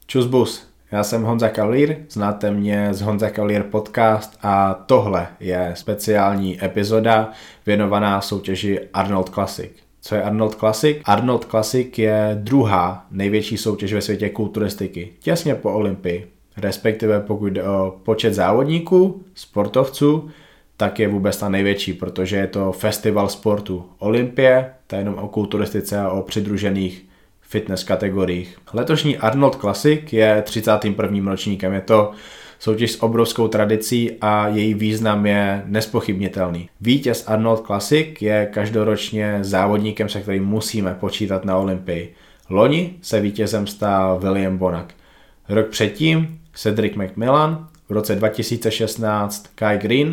Čus bus, já jsem Honza Kavalír, znáte mě z Honza Kavalír podcast a tohle je speciální epizoda věnovaná soutěži Arnold Classic. Co je Arnold Classic? Arnold Classic je druhá největší soutěž ve světě kulturistiky, těsně po Olympii. Respektive pokud jde o počet závodníků, sportovců, tak je vůbec ta největší, protože je to festival sportu. Olympie, to je jenom o kulturistice a o přidružených fitness kategoriích. Letošní Arnold Classic je 31. ročníkem. Je to soutěž s obrovskou tradicí a její význam je nezpochybnitelný. Vítěz Arnold Classic je každoročně závodníkem, se kterým musíme počítat na Olympii. Loni se vítězem stal William Bonac. Rok předtím Cedric McMillan, v roce 2016 Kai Greene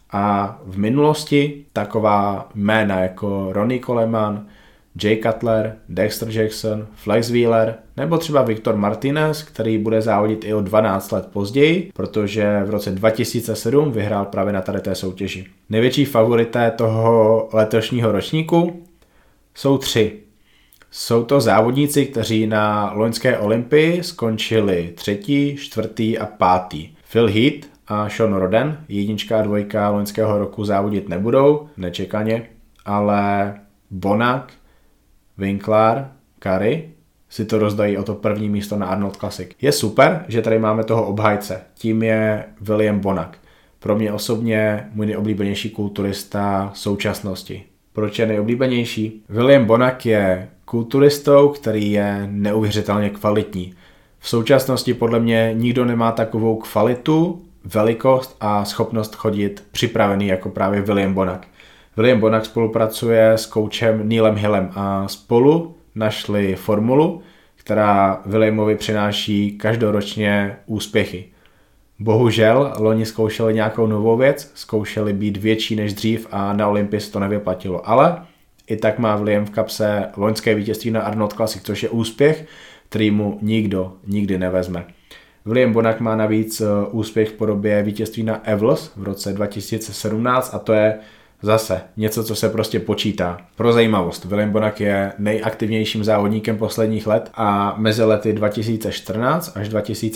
a v minulosti taková jména jako Ronnie Coleman, Jay Cutler, Dexter Jackson, Flex Wheeler nebo třeba Victor Martinez, který bude závodit i o 12 let později, protože v roce 2007 vyhrál právě na tady té soutěži. Největší favorité toho letošního ročníku jsou 3. Jsou to závodníci, kteří na loňské Olympii skončili 3., 4. a 5. Phil Heath a Sean Roden, 1. a 2. loňského roku závodit nebudou, nečekaně, ale Bonac, Winkler, Curry si to rozdají o to první místo na Arnold Classic. Je super, že tady máme toho obhájce. Tím je William Bonac. Pro mě osobně můj nejoblíbenější kulturista současnosti. Proč je nejoblíbenější? William Bonac je kulturistou, který je neuvěřitelně kvalitní. V současnosti podle mě nikdo nemá takovou kvalitu, velikost a schopnost chodit připravený jako právě William Bonac. William Bonac spolupracuje s koučem Neilem Hillem a spolu našli formulu, která Williamovi přináší každoročně úspěchy. Bohužel loni zkoušeli nějakou novou věc, zkoušeli být větší než dřív a na Olympii se to nevyplatilo, ale i tak má William v kapse loňské vítězství na Arnold Classic, což je úspěch, který mu nikdo nikdy nevezme. William Bonac má navíc úspěch v podobě vítězství na Evels v roce 2017 a to je zase něco, co se prostě počítá. Pro zajímavost, William Bonac je nejaktivnějším závodníkem posledních let a mezi lety 2014 až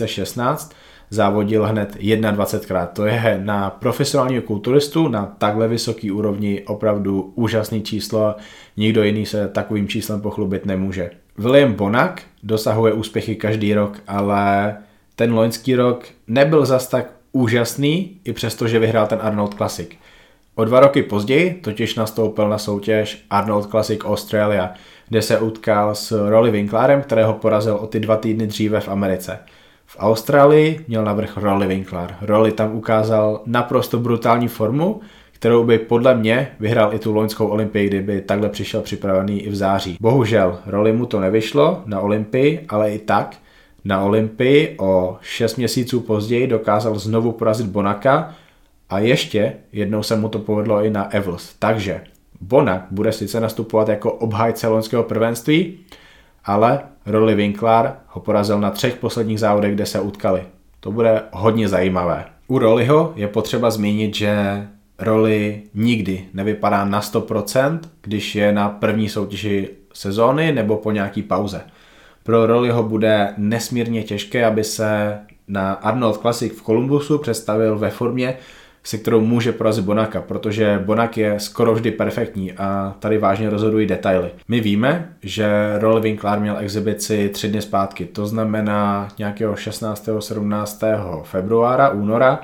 2016 závodil hned 21krát. To je na profesionálního kulturistu na takhle vysoký úrovni opravdu úžasný číslo. Nikdo jiný se takovým číslem pochlubit nemůže. William Bonac dosahuje úspěchy každý rok, ale ten loňský rok nebyl zas tak úžasný, i přesto, že vyhrál ten Arnold Classic. O 2 roky později totiž nastoupil na soutěž Arnold Classic Australia, kde se utkal s Rolly Winklerem, kterého porazil o ty 2 týdny dříve v Americe. V Austrálii měl navrch Rolly Winkler. Rolly tam ukázal naprosto brutální formu, kterou by podle mě vyhrál i tu loňskou Olympii, kdyby takhle přišel připravený i v září. Bohužel Rolly mu to nevyšlo na Olympii, ale i tak na Olympii o 6 měsíců později dokázal znovu porazit Bonaca a ještě jednou se mu to povedlo i na Evels. Takže Bonac bude sice nastupovat jako obhájce loňského prvenství, ale Rolly Winkler ho porazil na 3 posledních závodech, kde se utkali. To bude hodně zajímavé. U Rollyho je potřeba zmínit, že Rolly nikdy nevypadá na 100%, když je na první soutěži sezóny nebo po nějaký pauze. Pro Rollyho bude nesmírně těžké, aby se na Arnold Classic v Columbusu představil ve formě, se kterou může porazit Bonaca, protože Bonac je skoro vždy perfektní a tady vážně rozhodují detaily. My víme, že Rolly Winkler měl exibici 3 dny zpátky, to znamená nějakého 16. 17. februára, února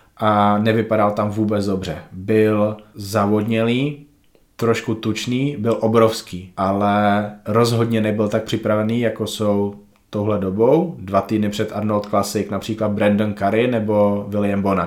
a nevypadal tam vůbec dobře. Byl zavodnělý, trošku tučný, byl obrovský, ale rozhodně nebyl tak připravený, jako jsou touhle dobou, 2 týdny před Arnold Classic, například Brandon Curry nebo William Bonac.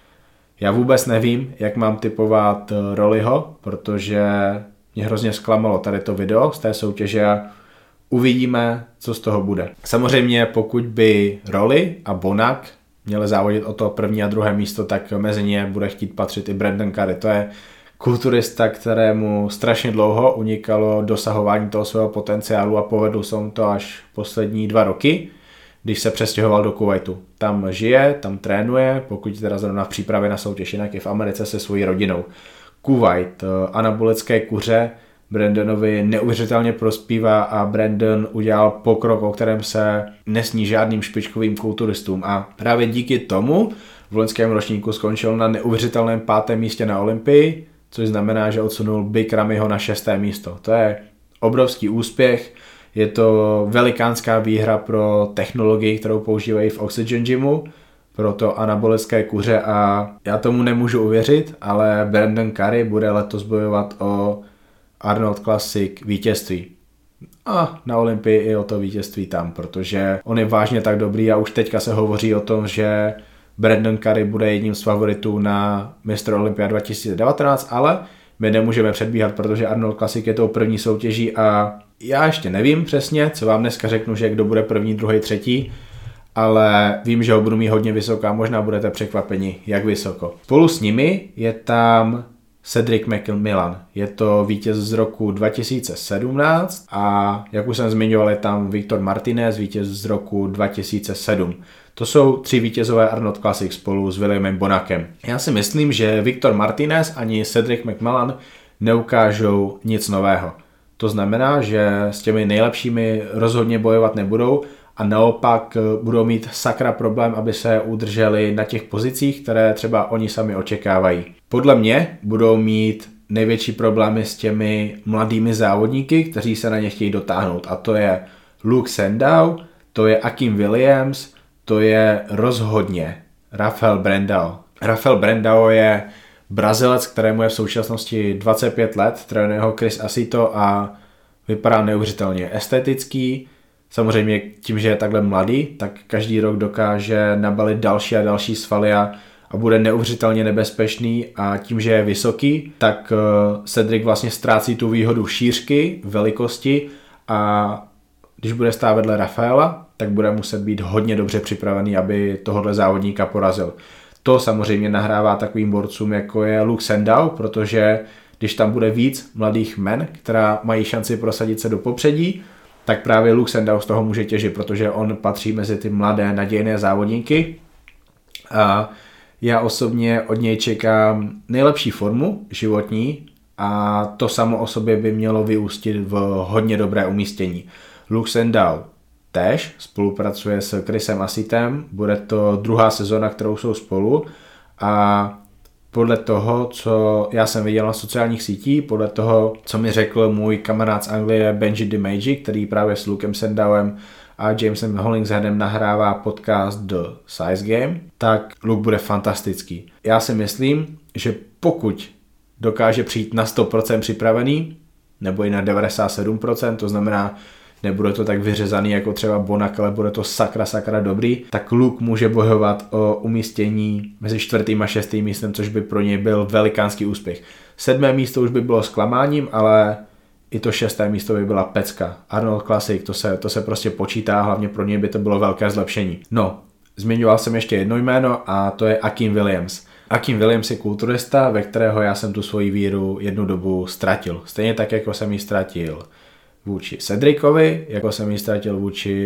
Já vůbec nevím, jak mám tipovat Rollyho, protože mě hrozně zklamalo tady to video z té soutěže a uvidíme, co z toho bude. Samozřejmě pokud by Rolly a Bonac měli závodit o to 1. a 2. místo, tak mezi ně bude chtít patřit i Brandon Curry. To je kulturista, kterému strašně dlouho unikalo dosahování toho svého potenciálu a povedl se mu to až poslední 2 roky, když se přestěhoval do Kuwaitu. Tam žije, tam trénuje, pokud teda zrovna v přípravě na soutěž, jinak je v Americe se svojí rodinou. Kuwait, anabolické kuře, Brandonovi neuvěřitelně prospívá a Brandon udělal pokrok, o kterém se nesní žádným špičkovým kulturistům a právě díky tomu v loňském ročníku skončil na neuvěřitelném 5. místě na Olympii, což znamená, že odsunul Bikramiho na 6. místo. To je obrovský úspěch, je to velikánská výhra pro technologii, kterou používají v Oxygen Gymu, pro to anabolické kuře a já tomu nemůžu uvěřit, ale Brandon Curry bude letos bojovat o Arnold Classic vítězství. A na Olympii i o to vítězství tam, protože on je vážně tak dobrý a už teďka se hovoří o tom, že Brandon Curry bude jedním z favoritů na Mr. Olympia 2019, ale my nemůžeme předbíhat, protože Arnold Classic je tou první soutěží a já ještě nevím přesně, co vám dneska řeknu, že kdo bude první, druhý, třetí, ale vím, že ho budu mít hodně vysoko a možná budete překvapeni, jak vysoko. Spolu s nimi je tam Cedric McMillan. Je to vítěz z roku 2017 a jak už jsem zmiňoval, je tam Victor Martinez, vítěz z roku 2007. To jsou 3 vítězové Arnold Classic spolu s Williamem Bonakem. Já si myslím, že Victor Martinez ani Cedric McMillan neukážou nic nového. To znamená, že s těmi nejlepšími rozhodně bojovat nebudou a naopak budou mít sakra problém, aby se udrželi na těch pozicích, které třeba oni sami očekávají. Podle mě budou mít největší problémy s těmi mladými závodníky, kteří se na ně chtějí dotáhnout. A to je Luke Sandow, to je Akim Williams, to je rozhodně Rafael Brandao. Rafael Brandao je Brazilec, kterému je v současnosti 25 let, trénuje ho Chris Asito a vypadá neuvěřitelně estetický. Samozřejmě tím, že je takhle mladý, tak každý rok dokáže nabalit další a další svaly a bude neuvěřitelně nebezpečný a tím, že je vysoký, tak Cedric vlastně ztrácí tu výhodu šířky, velikosti a když bude stát vedle Rafaela, tak bude muset být hodně dobře připravený, aby tohohle závodníka porazil. To samozřejmě nahrává takovým borcům, jako je Luke Sandow, protože když tam bude víc mladých men, která mají šanci prosadit se do popředí, tak právě Luke Sandow z toho může těžit, protože on patří mezi ty mladé nadějné závodníky a já osobně od něj čekám nejlepší formu životní a to samo o sobě by mělo vyústit v hodně dobré umístění. Luke Sandow též spolupracuje s Chrisem Asitem, bude to 2. sezona, kterou jsou spolu a podle toho, co já jsem viděl na sociálních sítích, podle toho, co mi řekl můj kamarád z Anglie Benji DiMaggi, který právě s Lukem Sandowem a Jamesem Hollingsheadem nahrává podcast The Size Game, tak Luke bude fantastický. Já si myslím, že pokud dokáže přijít na 100% připravený, nebo i na 97%, to znamená, nebude to tak vyřezaný jako třeba Bonak, ale bude to sakra dobrý, tak Luke může bojovat o umístění mezi 4. a 6. místem, což by pro něj byl velikánský úspěch. 7. místo už by bylo zklamáním, ale i to 6. místo by byla pecka. Arnold Classic, to se prostě počítá, hlavně pro něj by to bylo velké zlepšení. No, zmiňoval jsem ještě jedno jméno a to je Akim Williams. Akim Williams je kulturista, ve kterého já jsem tu svoji víru jednu dobu ztratil. Stejně tak, jako jsem ji ztratil vůči Cedricovi, jako jsem ji ztratil vůči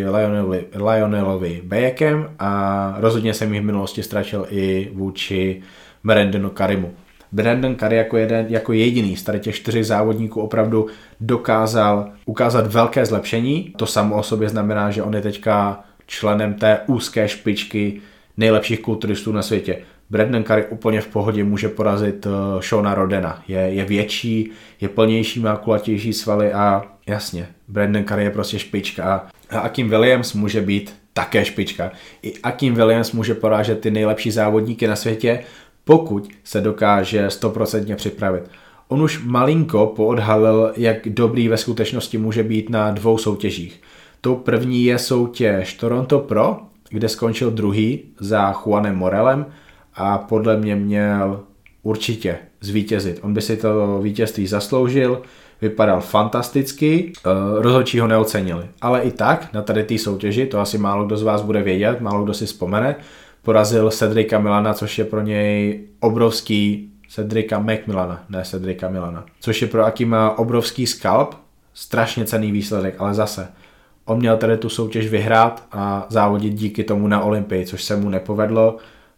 Lionelovi Bayekem a rozhodně jsem ji v minulosti ztratil i vůči Brandonu Currymu. Brandon Curry jako jediný z tady těch 4 závodníků opravdu dokázal ukázat velké zlepšení. To samo o sobě znamená, že on je teďka členem té úzké špičky nejlepších kulturistů na světě. Brandon Curry úplně v pohodě může porazit Seana Rodena. Je větší, je plnější, má kulatější svaly a jasně, Brandon Curry je prostě špička a Akim Williams může být také špička. I Akim Williams může porážet ty nejlepší závodníky na světě, pokud se dokáže 100% připravit. On už malinko poodhalil, jak dobrý ve skutečnosti může být na 2 soutěžích. Tou první je soutěž Toronto Pro, kde skončil 2. za Juanem Morelem a podle mě měl určitě zvítězit. On by si to vítězství zasloužil, vypadal fantasticky, rozhodčí ho neocenili. Ale i tak na tady té soutěži, to asi málo kdo z vás bude vědět, málo kdo si vzpomene, porazil Cedrica Millana, což je pro něj obrovský Cedrica McMillana, ne Cedrica Millana, což je pro Akima obrovský skalp, strašně cenný výsledek, ale zase on měl tady tu soutěž vyhrát a závodit díky tomu na Olympii, což se mu nepovedlo.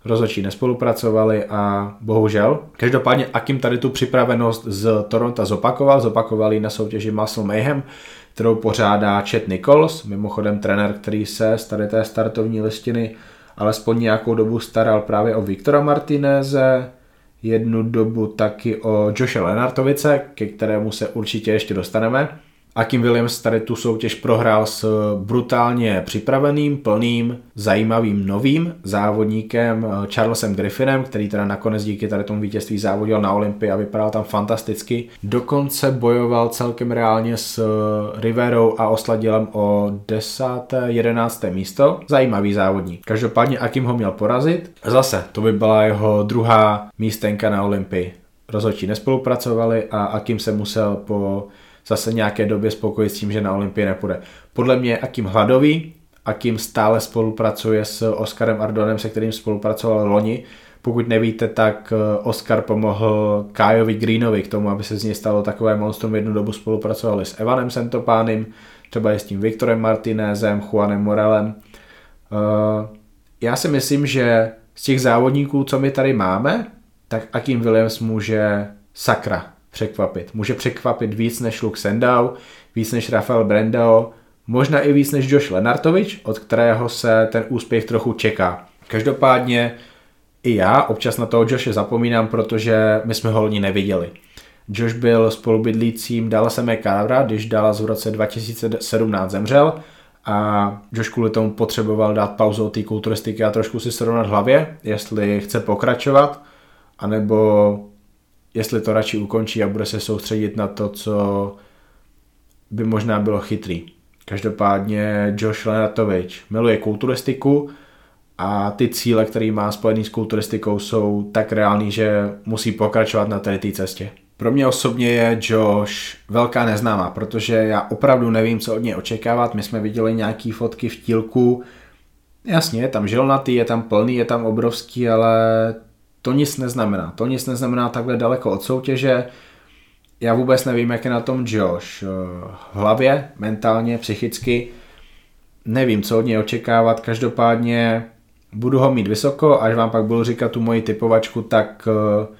rozhodčí nespolupracovali a bohužel. Každopádně Akim tady tu připravenost z Toronto zopakoval ji na soutěži Muscle Mayhem, kterou pořádá Chad Nichols, mimochodem trenér, který se z tady té startovní listiny alespoň nějakou dobu staral právě o Viktora Martineze, jednu dobu taky o Joshe Lenartovice, ke kterému se určitě ještě dostaneme. Akim Williams tady tu soutěž prohrál s brutálně připraveným, plným, zajímavým novým závodníkem Charlesem Griffinem, který teda nakonec díky tady tomu vítězství závodil na Olympii a vypadal tam fantasticky. Dokonce bojoval celkem reálně s Riverou a Osladilem o 10. 11. místo. Zajímavý závodník. Každopádně Akim ho měl porazit. Zase, to by byla jeho druhá místenka na Olympii. Rozhodčí nespolupracovali a Akim se musel po zase nějaké době spokojit s tím, že na Olympii nepůjde. Podle mě je Akim hladový, Akim stále spolupracuje s Oscarem Ardonem, se kterým spolupracoval loni. Pokud nevíte, tak Oscar pomohl Kaiovi Greenovi k tomu, aby se z něj stalo takové monstrum. Jednu dobu spolupracovali s Evanem Sentopánem, třeba i s tím Viktorem Martinezem, Juanem Morelem. Já si myslím, že z těch závodníků, co my tady máme, tak Akim Williams může sakra překvapit. Může překvapit víc než Luke Sandow, víc než Rafael Brandao, možná i víc než Josh Lenartovič, od kterého se ten úspěch trochu čeká. Každopádně i já občas na toho Joshe zapomínám, protože my jsme ho loni neviděli. Josh byl spolubydlícím Dallasem Carvera, když Dallas v roce 2017 zemřel a Josh kvůli tomu potřeboval dát pauzu od té kulturistiky a trošku si srovnat hlavě, jestli chce pokračovat, anebo jestli to radši ukončí a bude se soustředit na to, co by možná bylo chytrý. Každopádně Josh Lenartovič miluje kulturistiku a ty cíle, které má spojený s kulturistikou, jsou tak reální, že musí pokračovat na té cestě. Pro mě osobně je Josh velká neznámá, protože já opravdu nevím, co od něj očekávat. My jsme viděli nějaký fotky v tílku. Jasně, je tam žilnatý, je tam plný, je tam obrovský, ale to nic neznamená. To nic neznamená takhle daleko od soutěže. Já vůbec nevím, jak je na tom Josh v hlavě, mentálně, psychicky. Nevím, co od něj očekávat. Každopádně budu ho mít vysoko, až vám pak budu říkat tu moji typovačku, tak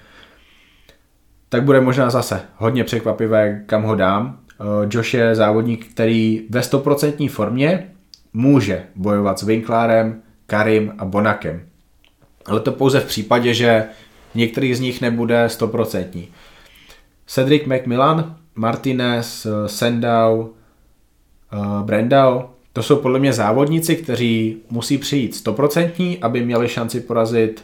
bude možná zase hodně překvapivé, kam ho dám. Josh je závodník, který ve 100% formě může bojovat s Winklárem, Karim a Bonakem. Ale to pouze v případě, že některý z nich nebude 100%. Cedric McMillan, Martinez, Sandow, Brandao, to jsou podle mě závodníci, kteří musí přijít 100%, aby měli šanci porazit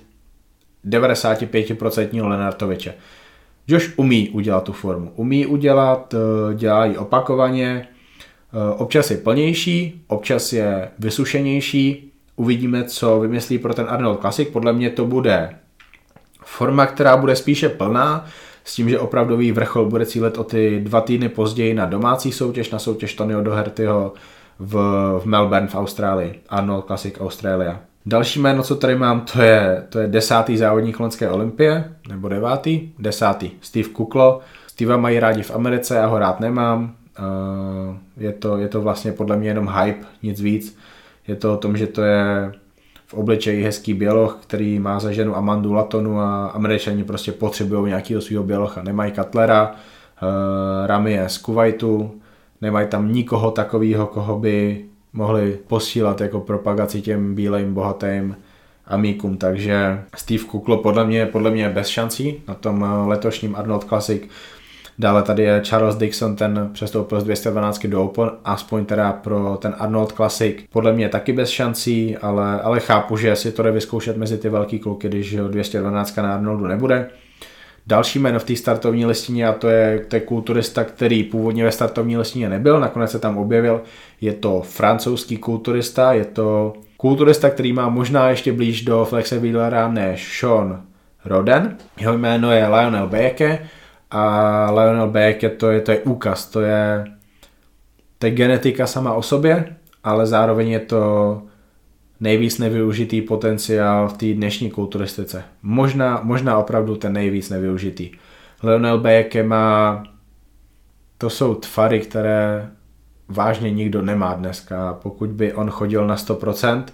95% Lenartoviče. Josh umí udělat tu formu. Umí udělat, dělá ji opakovaně, občas je plnější, občas je vysušenější. Uvidíme, co vymyslí pro ten Arnold Classic. Podle mě to bude forma, která bude spíše plná, s tím, že opravdový vrchol bude cílet o ty 2 týdny později na domácí soutěž, na soutěž Tonyho Dohertyho v Melbourne v Austrálii. Arnold Classic Australia. Další jméno, co tady mám, to je 10. závodník loňské olympie, nebo 9. 10. Steve Kuklo. Steva mají rádi v Americe, já ho rád nemám. Je to vlastně podle mě jenom hype, nic víc. Je to o tom, že to je v obličeji hezký běloch, který má za ženu Amandu Latonu a Američani prostě potřebují nějakého svého bělocha. Nemají Cutlera, Ramie z Kuwaitu, nemají tam nikoho takového, koho by mohli posílat jako propagaci těm bílým, bohatým amíkům. Takže Steve Kuklo podle mě je bez šancí na tom letošním Arnold Classic. Dále tady je Charles Dixon, ten přestoupil z 212 do Open, aspoň teda pro ten Arnold Classic. Podle mě taky bez šancí, ale chápu, že si to jde vyzkoušet mezi ty velký kluky, když 212 na Arnoldu nebude. Další jméno v té startovní listině, a to je kulturista, který původně ve startovní listině nebyl, nakonec se tam objevil. Je to francouzský kulturista, je to kulturista, který má možná ještě blíž do Flexe Wheelera než Sean Roden. Jeho jméno je Lionel Beke. A Lionel Beke to je úkaz, to je genetika sama o sobě, ale zároveň je to nejvíc nevyužitý potenciál v té dnešní kulturistice. Možná opravdu ten nejvíc nevyužitý. Lionel Beke to jsou tvary, které vážně nikdo nemá dneska. Pokud by on chodil na 100%,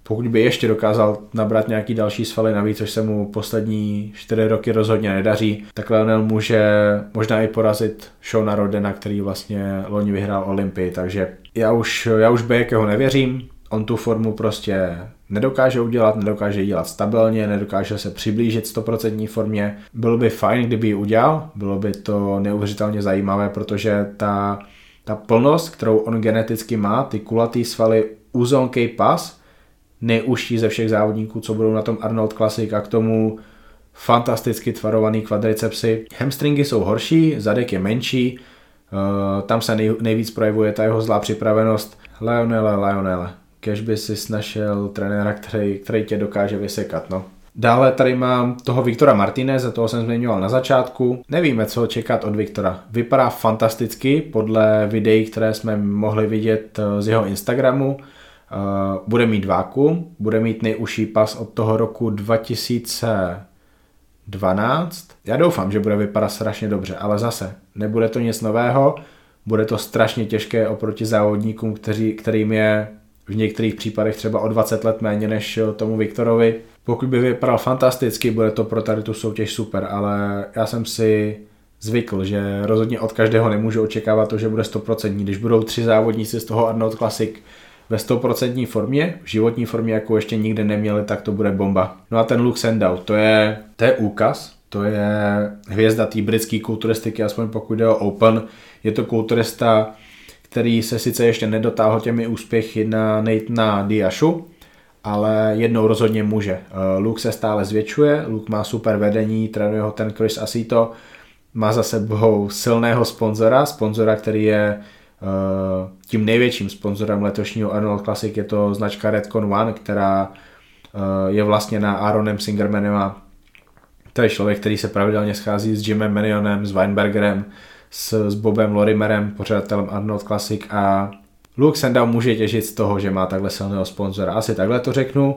Pokud by ještě dokázal nabrat nějaký další svaly navíc, což se mu poslední 4 roky rozhodně nedaří, tak Lionel může možná i porazit Shona Rodena, který vlastně loni vyhrál Olympii, takže já už Bejekeho nevěřím, on tu formu prostě nedokáže udělat, nedokáže ji dělat stabilně, nedokáže se přiblížit 100% formě. Bylo by fajn, kdyby ji udělal, bylo by to neuvěřitelně zajímavé, protože ta plnost, kterou on geneticky má, ty kulatý svaly, úzonký pas, nejužší ze všech závodníků, co budou na tom Arnold Classic, a k tomu fantasticky tvarovaný kvadricepsy. Hamstringy jsou horší, zadek je menší, tam se nejvíc projevuje ta jeho zlá připravenost. Lionele, kež by si našel trenéra, který tě dokáže vysekat, no. Dále tady mám toho Viktora Martineze, toho jsem zmiňoval na začátku. Nevíme, co čekat od Viktora. Vypadá fantasticky podle videí, které jsme mohli vidět z jeho Instagramu. Bude mít vákuum, bude mít nejužší pas od toho roku 2012. Já doufám, že bude vypadat strašně dobře, ale zase nebude to nic nového, bude to strašně těžké oproti závodníkům, kterým je v některých případech třeba o 20 let méně než tomu Viktorovi. Pokud by vypadal fantasticky, bude to pro tady tu soutěž super, ale já jsem si zvykl, že rozhodně od každého nemůžu očekávat to, že bude 100%. Když budou 3 závodníci z toho Arnold Classic ve 100% formě, v životní formě, jakou ještě nikde neměli, tak to bude bomba. No a ten Luke Sandow, to je úkaz, to je hvězda té britské kulturistiky, aspoň pokud jde o Open. Je to kulturista, který se sice ještě nedotáhl těmi úspěchy na Nathana Diashu, ale jednou rozhodně může. Luke se stále zvětšuje, Luke má super vedení, trénuje ho ten Chris Asito, má za sebou silného sponzora, který je tím největším sponzorem letošního Arnold Classic, je to značka Redcon One, která je vlastně na Aaronem Singermanem. To je člověk, který se pravidelně schází s Jimem Manionem, s Weinbergerem, s Bobem Lorimerem, pořadatelem Arnold Classic, a Luke Sandow může těžit z toho, že má takhle silného sponzora. Asi takhle to řeknu,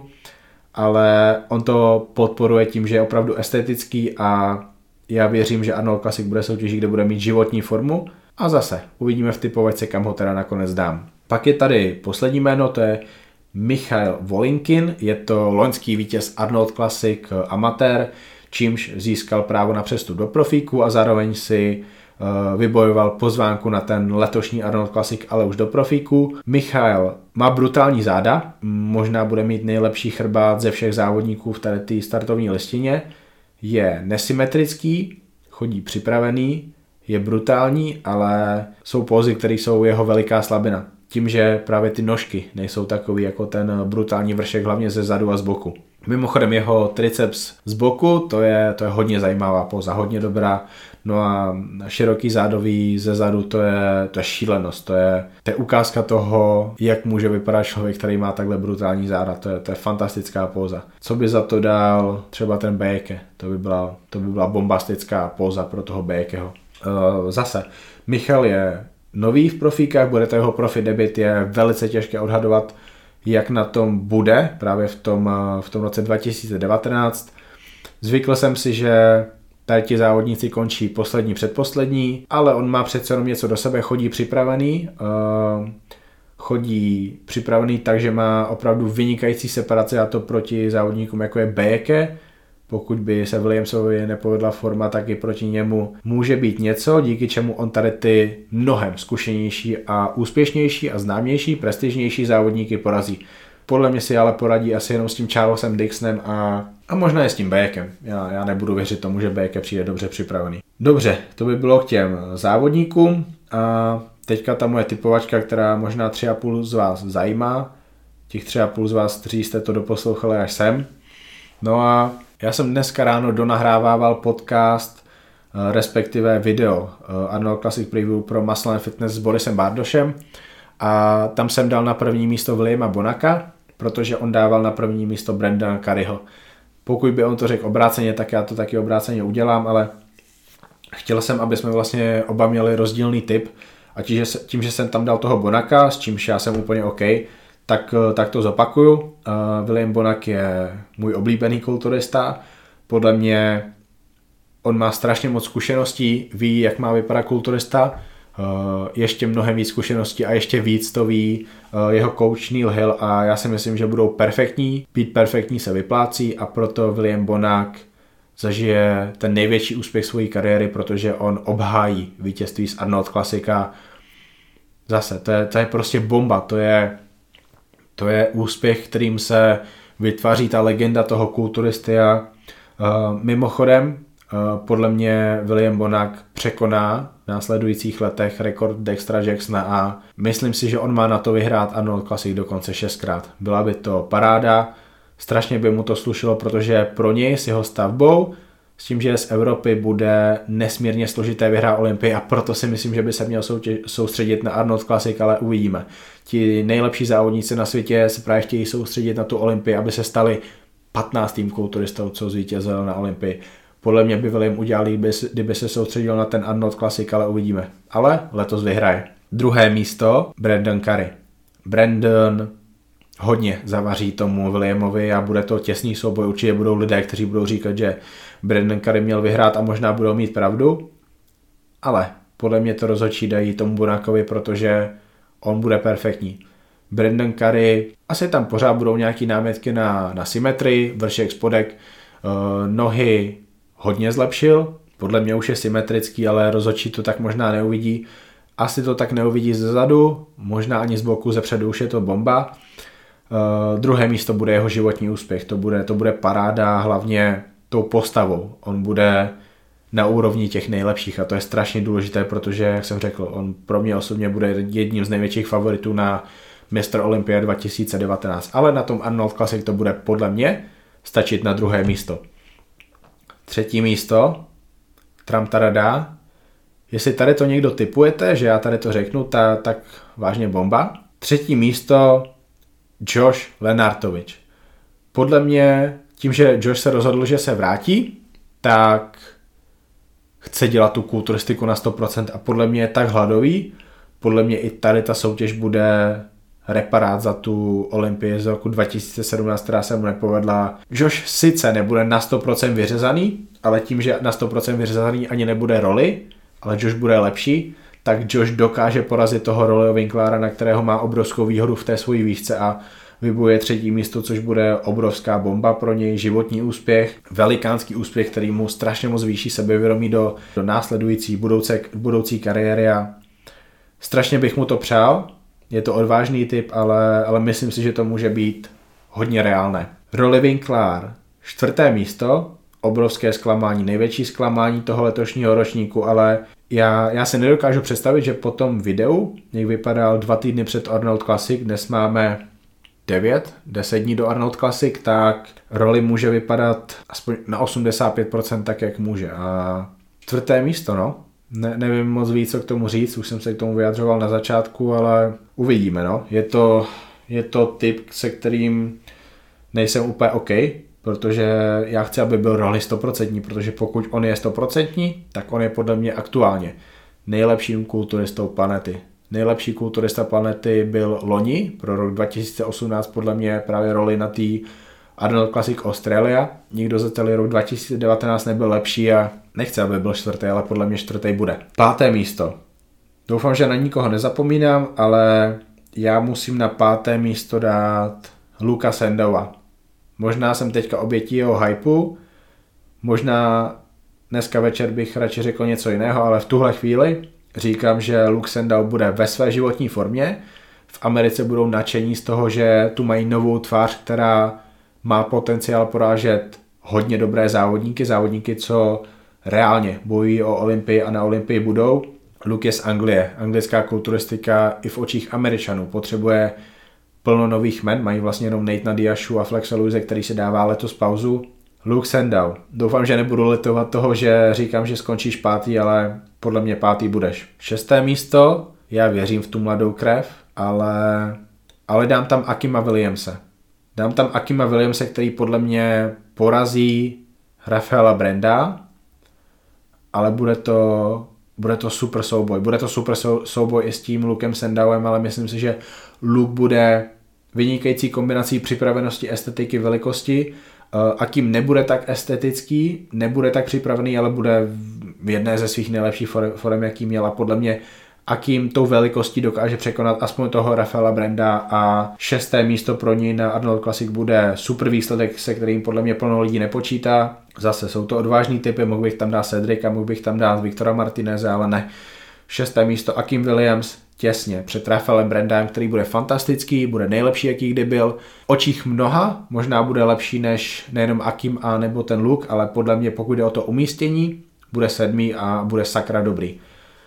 ale on to podporuje tím, že je opravdu estetický, a já věřím, že Arnold Classic bude soutěžit, kde bude mít životní formu, a zase uvidíme v typovačce, kam ho teda nakonec dám. Pak je tady poslední jméno, to je Michail Volinkin, je to loňský vítěz Arnold Classic amatér, čímž získal právo na přestup do profíku a zároveň si vybojoval pozvánku na ten letošní Arnold Classic, ale už do profíku. Michail má brutální záda, možná bude mít nejlepší chrbát ze všech závodníků v té startovní listině, je nesymetrický, chodí připravený, je brutální, ale jsou pózy, které jsou jeho veliká slabina. Tím, že právě ty nožky nejsou takový jako ten brutální vršek, hlavně ze zadu a z boku. Mimochodem jeho triceps z boku, to je hodně zajímavá póza, hodně dobrá. No a široký zádový ze zadu, to je šílenost, to je ukázka toho, jak může vypadat člověk, který má takhle brutální záda, to je fantastická póza. Co by za to dal třeba ten Bejeke, to by byla bombastická póza pro toho Bejekeho. Zase, Michal je nový v profíkách, bude to jeho profi debut, je velice těžké odhadovat, jak na tom bude právě v tom roce 2019. Zvykl jsem si, že tady ti závodníci končí poslední, předposlední, ale on má přece jenom něco do sebe, chodí připravený tak, že má opravdu vynikající separaci, a to proti závodníkům jako je Bejeke. Pokud by se Williamsovi nepovedla forma, tak i proti němu může být něco, díky čemu on tady ty mnohem zkušenější a úspěšnější a známější, prestižnější závodníky porazí. Podle mě si ale poradí asi jenom s tím Charlesem Dixonem a možná i s tím Bejekem. Já nebudu věřit tomu, že Bejeke přijde dobře připravený. Dobře, to by bylo k těm závodníkům, a teďka ta moje typovačka, která možná 3,5 z vás zajímá. Těch 3,5 z vás, kteří jste to doposlouchali až sem. No a já jsem dneska ráno donahrávával podcast, respektive video Arnold Classic Preview pro Muscle & Fitness s Borisem Bardošem, a tam jsem dal na první místo Williama Bonacca, protože on dával na první místo Brendana Curryho. Pokud by on to řekl obráceně, tak já to taky obráceně udělám, ale chtěl jsem, aby jsme vlastně oba měli rozdílný typ, a tím, že jsem tam dal toho Bonacca, s čímž já jsem úplně OK, tak to zopakuju. William Bonac je můj oblíbený kulturista. Podle mě on má strašně moc zkušeností, ví, jak má vypadat kulturista. ještě mnohem víc zkušeností a ještě víc to ví jeho coach Neil Hill a já si myslím, že budou perfektní. Být perfektní se vyplácí a proto William Bonac zažije ten největší úspěch své kariéry, protože on obhájí vítězství z Arnold Classica. Zase, to je prostě bomba, to je úspěch, kterým se vytváří ta legenda toho kulturisty a mimochodem, podle mě William Bonac překoná v následujících letech rekord Dextera Jacksona a myslím si, že on má na to vyhrát Arnold Classic dokonce 6krát. Byla by to paráda, strašně by mu to slušelo, protože pro něj s jeho stavbou, s tím, že z Evropy bude nesmírně složité vyhrát Olympii a proto si myslím, že by se měl soustředit na Arnold Classic, ale uvidíme. Ti nejlepší závodníci na světě se právě chtějí soustředit na tu Olympii, aby se stali 15. kulturistou, co zvítězil na Olympii. Podle mě by William udělal, kdyby se soustředil na ten Arnold Classic, ale uvidíme. Ale letos vyhraje. Druhé místo, Brandon Curry. Brandon hodně zavaří tomu Williamovi a bude to těsný souboj. Určitě budou lidé, kteří budou říkat, že Brandon Curry měl vyhrát a možná budou mít pravdu, ale podle mě to rozhodčí dají tomu Bonacovi, protože on bude perfektní. Brandon Curry, asi tam pořád budou nějaký námětky na symetrii, vršek, spodek, nohy hodně zlepšil, podle mě už je symetrický, ale rozhodčí to tak možná neuvidí. Asi to tak neuvidí zezadu, možná ani z boku, zepředu už je to bomba. Druhé místo bude jeho životní úspěch, to bude paráda, hlavně tou postavou. On bude na úrovni těch nejlepších a to je strašně důležité, protože, jak jsem řekl, on pro mě osobně bude jedním z největších favoritů na Mr. Olympia 2019, ale na tom Arnold Classic to bude podle mě stačit na druhé místo. Třetí místo, Tramtarada. Jestli tady to někdo tipujete, že já tady to řeknu, tak vážně bomba. Třetí místo, Josh Lenartovič. Podle mě, tím, že Josh se rozhodl, že se vrátí, tak chce dělat tu kulturistiku na 100% a podle mě je tak hladový. Podle mě i tady ta soutěž bude reparát za tu Olympii z roku 2017, která se mu nepovedla. Josh sice nebude na 100% vyřezaný, ale tím, že na 100% vyřezaný ani nebude roli, ale Josh bude lepší, tak Josh dokáže porazit toho Rollyho Winklara, na kterého má obrovskou výhodu v té svojí výšce a vybojuje třetí místo, což bude obrovská bomba pro něj, životní úspěch, velikánský úspěch, který mu strašně moc zvýší sebevědomí do následující budoucí kariéry a strašně bych mu to přál. Je to odvážný typ, ale myslím si, že to může být hodně reálné. Rolly Winkler, 4. místo, obrovské zklamání, největší zklamání toho letošního ročníku, ale já si nedokážu představit, že po tom videu, jak vypadal 2 týdny před Arnold Classic, dnes máme 10 dní do Arnold Classic, tak Rolly může vypadat aspoň na 85% tak, jak může. A 4. místo, no. Nevím moc víc, co k tomu říct, už jsem se k tomu vyjadřoval na začátku, ale uvidíme, no. Je to typ, se kterým nejsem úplně OK, protože já chci, aby byl Rolly 100%, protože pokud on je 100%, tak on je podle mě aktuálně nejlepším kulturistou planety. Nejlepší kulturista planety byl loni, pro rok 2018 podle mě právě Rolly na té Arnold Classic Australia. Nikdo za celý rok 2019 nebyl lepší a nechci, aby byl 4., ale podle mě 4. bude. 5. místo. Doufám, že na nikoho nezapomínám, ale já musím na 5. místo dát Luka Sandowa. Možná jsem teďka obětí jeho hypeu, možná dneska večer bych radši řekl něco jiného, ale v tuhle chvíli říkám, že Luke Sandow bude ve své životní formě. V Americe budou nadšení z toho, že tu mají novou tvář, která má potenciál porážet hodně dobré závodníky, co reálně bojují o Olympii a na Olympii budou. Luke je z Anglie. Anglická kulturistika i v očích Američanů potřebuje plno nových men, mají vlastně jenom Nathana Diashu a Flexa Louise, který se dává letos pauzu. Luke Sandow. Doufám, že nebudu litovat toho, že říkám, že skončíš 5., ale podle mě 5. budeš. 6. místo, já věřím v tu mladou krev, ale dám tam Akima Williamse. Dám tam Akima Williamse, který podle mě porazí Rafaela Branda, ale bude to super souboj. Bude to super souboj i s tím Lukem Sandowem, ale myslím si, že Luke bude vynikající kombinací připravenosti, estetiky, velikosti. Akim nebude tak estetický, nebude tak připravený, ale bude v jedné ze svých nejlepších forem, jaký měl a podle mě Akým tou velikostí dokáže překonat aspoň toho Rafaela Branda a 6. místo pro něj na Arnold Classic bude super výsledek, se kterým podle mě plno lidí nepočítá. Zase jsou to odvážný typy, mohl bych tam dát Cedrika, mohl bych tam dát Viktora Martineze, ale ne. 6. místo Akim Williams těsně před Rafaelem Brandem, který bude fantastický, bude nejlepší, jaký kdy byl. Očích mnoha, možná bude lepší než nejenom Akim a nebo ten Luke, ale podle mě pokud jde o to umístění, bude 7. a bude sakra dobrý.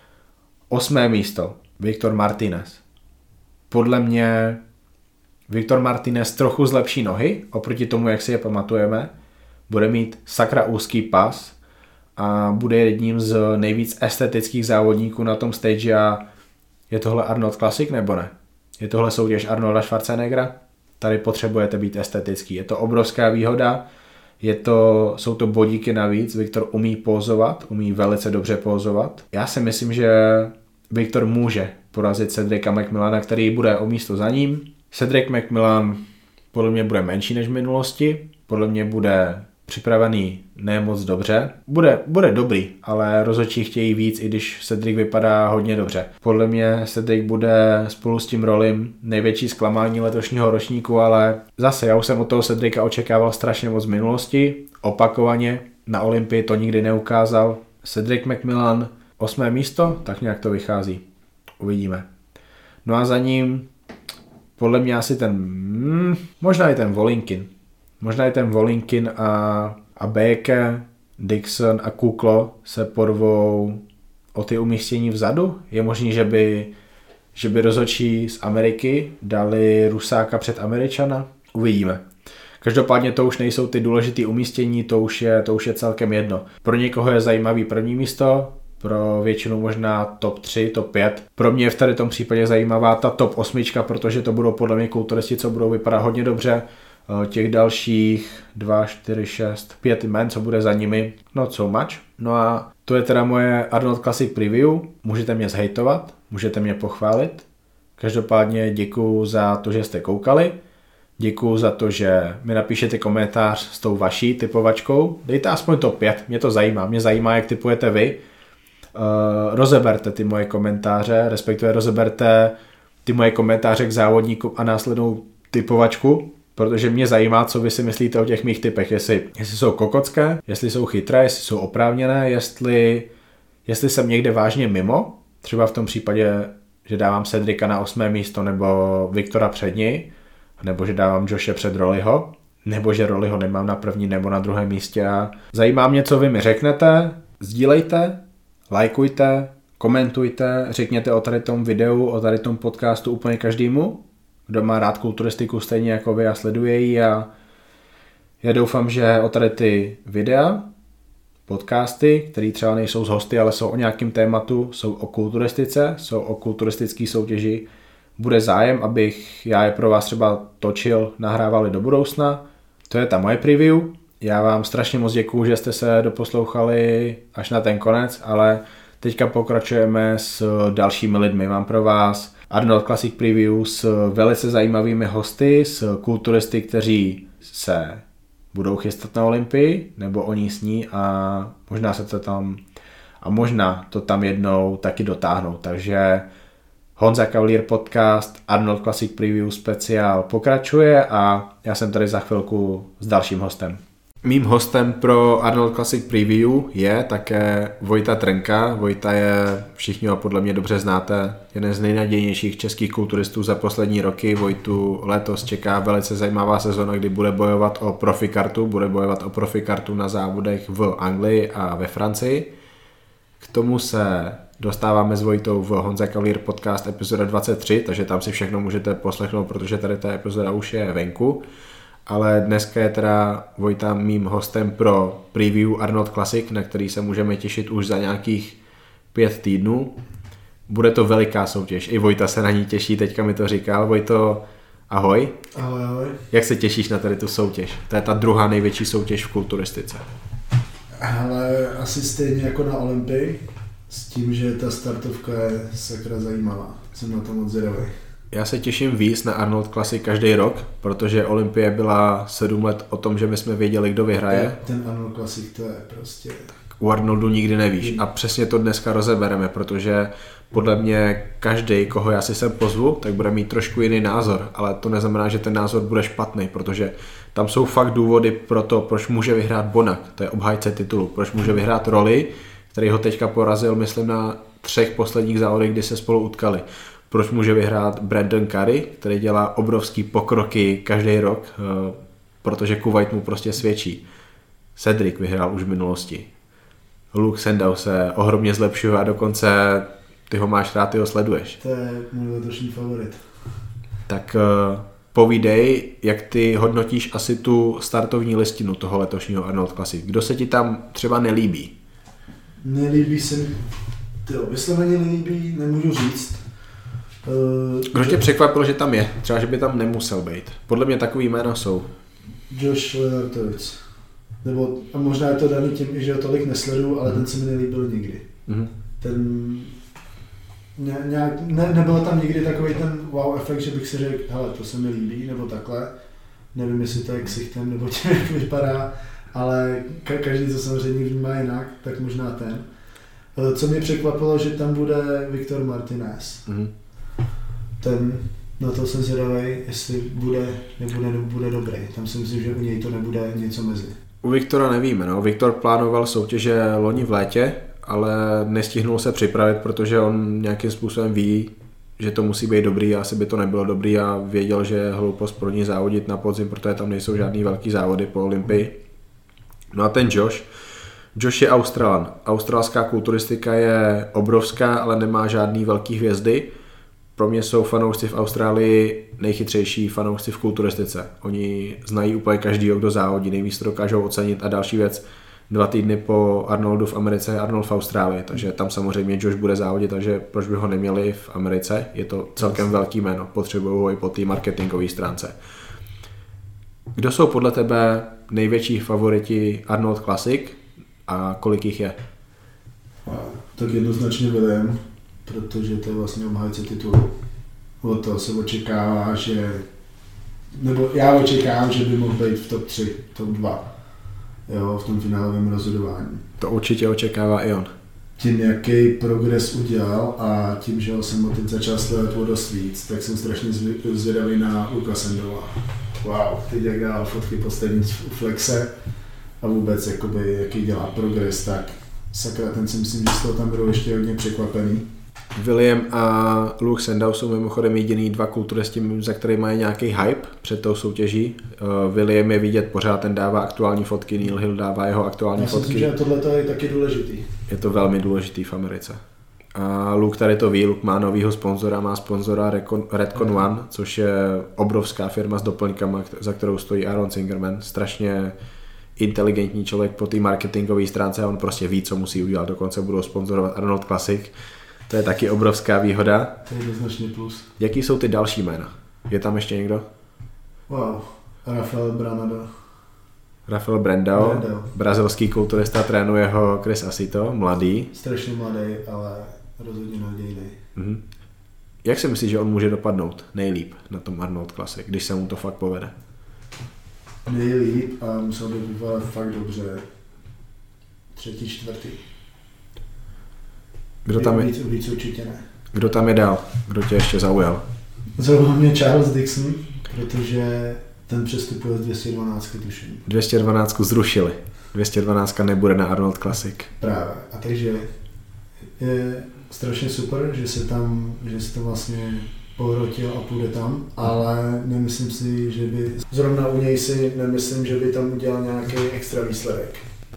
8. místo Viktor Martinez. Podle mě Viktor Martinez trochu zlepší nohy, oproti tomu, jak si je pamatujeme. Bude mít sakra úzký pas a bude jedním z nejvíc estetických závodníků na tom stage. A je tohle Arnold Classic nebo ne? Je tohle soutěž Arnolda Schwarzeneggera? Tady potřebujete být estetický. Je to obrovská výhoda, jsou to bodíky navíc. Viktor umí pózovat, umí velice dobře pózovat. Já si myslím, že Viktor může porazit Cedrika McMillana, který bude o místo za ním. Cedric McMillan podle mě bude menší než v minulosti, podle mě bude připravený ne moc dobře. Bude dobrý, ale rozhodčí chtějí víc, i když Cedric vypadá hodně dobře. Podle mě Cedric bude spolu s tím Rollim největší zklamání letošního ročníku, ale zase já už jsem od toho Cedrica očekával strašně moc z minulosti, opakovaně, na Olympii to nikdy neukázal. Cedric McMillan 8. místo, tak nějak to vychází. Uvidíme. No a za ním podle mě asi možná i ten Volinkin. Možná i ten Volinkin a Beke, Dixon a Kuklo se porvou o ty umístění vzadu. Je možný, že by rozhodčí z Ameriky dali Rusáka před Američana. Uvidíme. Každopádně to už nejsou ty důležitý umístění, to už je celkem jedno. Pro někoho je zajímavý první místo, pro většinu možná top 3, top 5. Pro mě je v tady tom případě zajímavá ta top 8, protože to budou podle mě kulturisti, co budou vypadat hodně dobře. Těch dalších 2, 4, 6, 5 jmen, co bude za nimi, not so much. No a to je teda moje Arnold Classic preview. Můžete mě zhejtovat, můžete mě pochválit. Každopádně děkuju za to, že jste koukali. Děkuju za to, že mi napíšete komentář s tou vaší typovačkou. Dejte aspoň top 5, mě to zajímá. Mě zajímá, jak typujete vy. Rozeberte ty moje komentáře, respektive rozeberte ty moje komentáře k závodníku a následnou typovačku, protože mě zajímá, co vy si myslíte o těch mých typech, jestli jsou kokocké, jestli jsou chytré, jestli jsou oprávněné, jestli jsem někde vážně mimo, třeba v tom případě, že dávám Cedrika na 8. místo nebo Viktora před něj, nebo že dávám Joshe před Rollyho, nebo že Rollyho nemám na první nebo na druhém místě. A zajímá mě, co vy mi řeknete, sdílejte, lajkujte, komentujte, řekněte o tady tom videu, o tady tom podcastu úplně každému, kdo má rád kulturistiku stejně jako vy a sleduje ji, a já doufám, že o tady ty videa, podcasty, které třeba nejsou z hosty, ale jsou o nějakém tématu, jsou o kulturistice, jsou o kulturistické soutěži, bude zájem, abych já je pro vás třeba točil, nahrával do budoucna. To je ta moje preview. Já vám strašně moc děkuju, že jste se doposlouchali až na ten konec, ale teďka pokračujeme s dalšími lidmi. Mám pro vás Arnold Classic Preview s velice zajímavými hosty, s kulturisty, kteří se budou chystat na Olympii, nebo oni sní a možná to tam jednou taky dotáhnou. Takže Honza Cavalier podcast, Arnold Classic Preview speciál pokračuje a já jsem tady za chvilku s dalším hostem. Mým hostem pro Arnold Classic Preview je také Vojta Trnka. Vojta je, všichni ho podle mě dobře znáte, jeden z nejnadějnějších českých kulturistů za poslední roky. Vojtu letos čeká velice zajímavá sezona, kdy bude bojovat o profikartu na závodech v Anglii a ve Francii. K tomu se dostáváme s Vojtou v Honza Cavalier podcast epizoda 23, takže tam si všechno můžete poslechnout, protože tady ta epizoda už je venku. Ale dneska je teda Vojta mým hostem pro preview Arnold Classic, na který se můžeme těšit už za nějakých 5 týdnů. Bude to veliká soutěž, i Vojta se na ní těší, teďka mi to říkal. Vojto, ahoj. Ahoj, ahoj. Jak se těšíš na tady tu soutěž? To je ta druhá největší soutěž v kulturistice. Ale asi stejně jako na Olympii, s tím, že ta startovka je sakra zajímavá. Jsem na to moc zvědavý. Já se těším víc na Arnold Classic každý rok, protože Olympie byla 7 let o tom, že my jsme věděli, kdo vyhraje. Ten Arnold Classic, to je prostě u Arnoldu nikdy nevíš. A přesně to dneska rozebereme, protože podle mě každý, koho já si sem pozvu, tak bude mít trošku jiný názor, ale to neznamená, že ten názor bude špatný, protože tam jsou fakt důvody pro to, proč může vyhrát Bonac, to je obhájce titulu, proč může vyhrát Rolly, který ho teďka porazil, myslím, na 3 posledních závodech, kdy se spolu utkali. Proč může vyhrát Brandon Curry, který dělá obrovský pokroky každý rok, protože Kuwait mu prostě svědčí. Cedric vyhrál už v minulosti. Luke Sandow se ohromně zlepšuje a dokonce ty ho máš rád, ty ho sleduješ. To je můj letošní favorit. Tak povídej, jak ty hodnotíš asi tu startovní listinu toho letošního Arnold Classic. Kdo se ti tam třeba nelíbí? Nelíbí se mi, vysloveně nelíbí, nemůžu říct. Kdo tě překvapil, že tam je? Třeba, že by tam nemusel být. Podle mě takový jména jsou. Josh Lenartovec. Nebo a možná je to daný tím, že ho tolik nesleduju, ale ten se mi nelíbil nikdy. Ten nebyl tam nikdy takový ten wow efekt, že bych si řekl, hele, to se mi líbí, nebo takhle. Nevím, jestli to je ksichtem, nebo tím, jak vypadá, ale každý to samozřejmě vnímá jinak, tak možná ten. Co mě překvapilo, že tam bude Viktor Martinez. Ten, na to jsem zvědavý, jestli bude dobrý. Tam si myslím, že u něj to nebude něco mezi. U Viktora nevíme, no. Viktor plánoval soutěže loni v létě, ale nestihnul se připravit, protože on nějakým způsobem ví, že to musí být dobrý a asi by to nebylo dobrý a věděl, že je hloupost pro ní závodit na podzim, protože tam nejsou žádný velký závody po Olympii. No a ten Josh je Australan. Australská kulturistika je obrovská, ale nemá žádný velký hvězdy. Pro mě jsou fanoušci v Austrálii nejchytřejší fanoušci v kulturistice. Oni znají úplně každýho, kdo závodí, nejvíc to dokážou ocenit a další věc. 2 týdny po Arnoldu v Americe je Arnold v Austrálii, takže tam samozřejmě Josh bude závodit, takže proč by ho neměli v Americe? Je to celkem velký jméno, potřebují ho i po té marketingové stránce. Kdo jsou podle tebe největší favoriti Arnold Classic a kolik jich je? Tak jednoznačně William, protože to je vlastně obhájce titulu. Od toho se očekává, nebo já očekávám, že by mohl být v top 3, top 2. Jo, v tom finálovém rozhodování. To určitě očekává i on. Tím, jaký progres udělal a tím, že ho jsem teď začal sledovat o dost víc, tak jsem strašně zvědavý na Luka Sandowa. Wow, teď jak dál fotky poslední flexe a vůbec jakoby, jaký dělá progres, tak sakra, ten si myslím, že z toho tam budou ještě hodně překvapený. William a Luke Sandow jsou mimochodem jediný 2 kulturisti, za který mají nějaký hype před tou soutěží. William je vidět pořád, ten dává aktuální fotky, Neil Hill dává jeho aktuální fotky. Já si myslím, že tohle je taky důležitý. Je to velmi důležitý v Americe. A Luke tady to ví, Luke má novýho sponzora, má sponzora Redcon One, což je obrovská firma s doplňkama, za kterou stojí Aaron Zingerman. Strašně inteligentní člověk po té marketingové stránce a on prostě ví, co musí udělat. Dokonce budou sponzorovat Arnold Classic. To je taky obrovská výhoda. To je jednoznačně plus. Jaký jsou ty další jména? Je tam ještě někdo? Wow, Rafael Brandao. Brazilský kulturista, trénuje ho Chris Asito, mladý. Strašně mladý, ale rozhodně nadějný. Jak si myslíš, že on může dopadnout nejlíp na tom Arnold Classic, když se mu to fakt povede? Nejlíp a musel by vypadat fakt dobře. 3., 4. Kdo tam je? Víc určitě ne. Kdo tam je dál? Kdo tě ještě zaujal? Zaujal mě Charles Dixon, protože ten přestupuje z 212, tuším. 212 zrušili. 212 nebude na Arnold Classic. Právě. A takže je strašně super, že se tam vlastně pohrotil a půjde tam, ale nemyslím si, že by, zrovna u něj si nemyslím, že by tam udělal nějaký extra výsledek.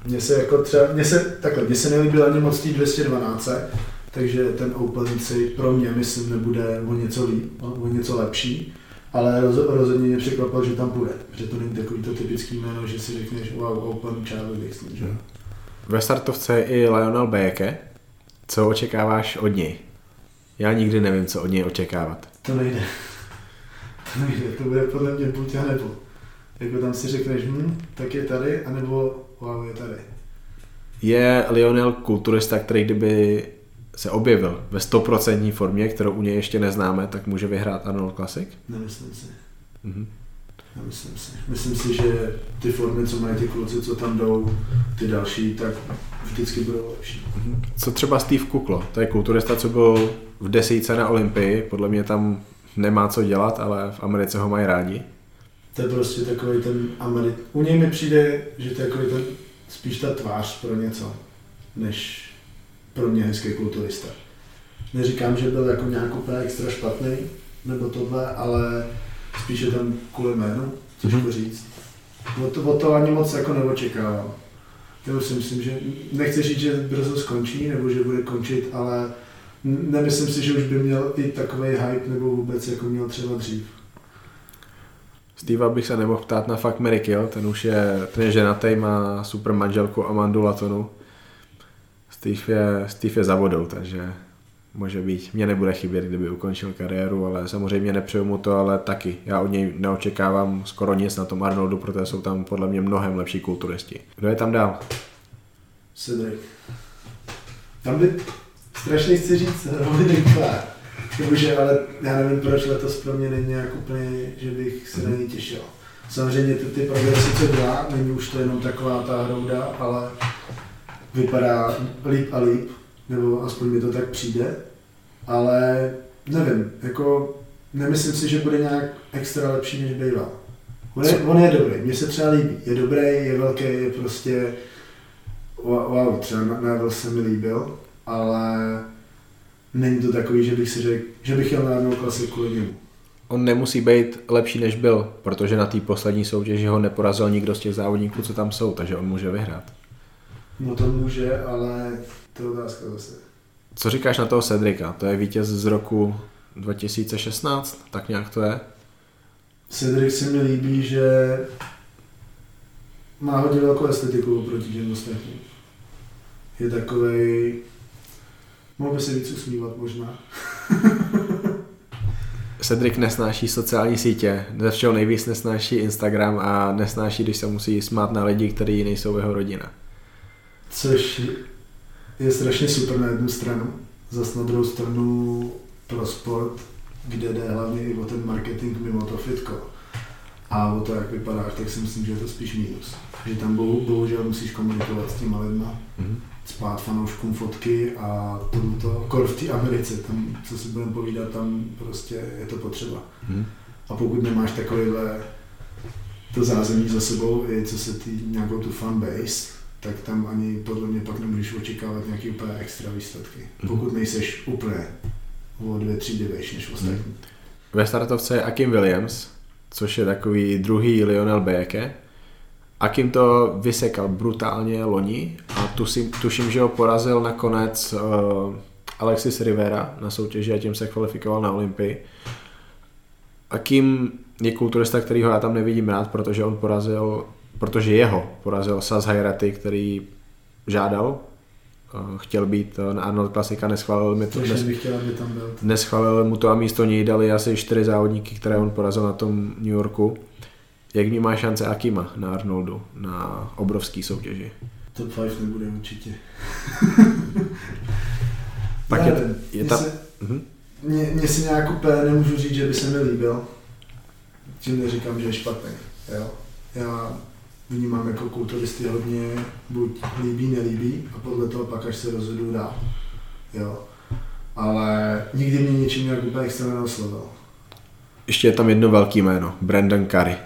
Mně se nelíbil ani moc tý 212, takže ten Open si pro mě, myslím, nebude o něco lepší, ale rozhodně mě překvapil, že tam půjde, že to není takový to typický jméno, že si řekneš wow, Open Charlie Dixon, že? Ve startovce je i Lionel Bejeke. Co očekáváš od něj? Já nikdy nevím, co od něj očekávat. To nejde, to bude podle mě buď a nebo. Jako tam si řekneš, tak je tady, anebo wow, je tady. Je Lionel kulturista, který kdyby se objevil ve 100% formě, kterou u něj ještě neznáme, tak může vyhrát Arnold Classic? Nemyslím si. Nemyslím si. Myslím si, že ty formy, co mají ty kluci, co tam jdou, ty další, tak v vždycky budou lepší. Co třeba Steve Kuklo? To je kulturista, co byl v 10 na Olympii. Podle mě tam nemá co dělat, ale v Americe ho mají rádi. To je prostě takový ten u něj mi přijde, že to je takový ten, spíš ta tvář pro něco, než pro mě hezký kulturista. Neříkám, že byl jako nějak úplně extra špatný, nebo tohle, ale spíš je tam kvůli jménu, těžko říct. O to ani moc jako neočekávám. Já si myslím, že nechci říct, že brzo skončí, nebo že bude končit, ale nemyslím si, že už by měl i takový hype, nebo vůbec jako měl třeba dřív. Steva bych se nemohl ptát na Fuck, Marry, Kill, ten je ženatý, má super manželku Amandu Latonu. Steve je za vodou, takže může být, mě nebude chybět, kdyby ukončil kariéru, ale samozřejmě nepřeju mu to, ale taky. Já od něj neočekávám skoro nic na tom Arnoldu, protože jsou tam podle mě mnohem lepší kulturisti. Kdo je tam dál? Cedric. Tam by strašně chci říct Dominic Clark. Jakože, ale já nevím, proč letos pro mě není nějak úplně, že bych se na ní těšil. Samozřejmě ty progresy, co dělá, není už to jenom taková ta hrouda, ale vypadá líp a líp, nebo aspoň mi to tak přijde, ale nevím, jako nemyslím si, že bude nějak extra lepší, než býval. On je dobrý, mně se třeba líbí, je dobrý, je velký, je prostě wow, třeba Neville se mi líbil, ale není to takový, že bych si řekl, že bych jel na Arnold Classic kvůli němu. On nemusí být lepší, než byl, protože na té poslední soutěži ho neporazil nikdo z těch závodníků, co tam jsou, takže on může vyhrát. No to může, ale to je otázka zase. Co říkáš na toho Cedrika? To je vítěz z roku 2016, tak nějak to je? Cedric se mi líbí, že má hodně velkou estetiku oproti těm ostatním. Je takovej, mohl by se víc usmívat možná. Cedric nesnáší sociální sítě, ze všeho nejvíc nesnáší Instagram a nesnáší, když se musí smát na lidi, kteří nejsou jeho rodina. Což je strašně super na jednu stranu, zase na druhou stranu pro sport, kde jde hlavně i o ten marketing mimo to fitko. A o to, jak vypadáš, tak si myslím, že je to spíš mínus. Že tam bohužel musíš komunikovat s těma lidma, spát fanouškům fotky a to v té Americe, tam, co si budeme povídat, tam prostě je to potřeba. A pokud nemáš takovýhle to zázemí za sebou, i co se nějakou tu fanbase, tak tam ani podle mě pak nemůžeš očekávat nějaký úplně extra výsledky. Pokud nejseš úplně o 2 třídy vejš než ostatní. Ve startovce je Akim Williams, což je takový druhý Lionel Bejeke. Akim to vysekal brutálně loni a tuším, že ho porazil nakonec Alexis Rivera na soutěži a tím se kvalifikoval na Olympii. Akim je kulturista, kterýho já tam nevidím rád, protože jeho porazil Saz Hairati, který žádal, chtěl být na Arnold Classic a neschválil mu to a místo něj dali asi 4 závodníky, které on porazil na tom New Yorku. Jak vnímá šance Akima na Arnoldu, na obrovský soutěži? Top 5 nebude určitě. Pak je tam... Mně si nějak úplně nemůžu říct, že by se mi líbil. Tím neříkám, že je špatný. Jo? Já vnímám jako kulturisty hodně buď líbí, nelíbí a podle toho pak až se rozhodu dál. Jo. Ale nikdy mě ničím nějak úplně extra neoslovil. Ještě je tam jedno velký jméno, Brandon Curry.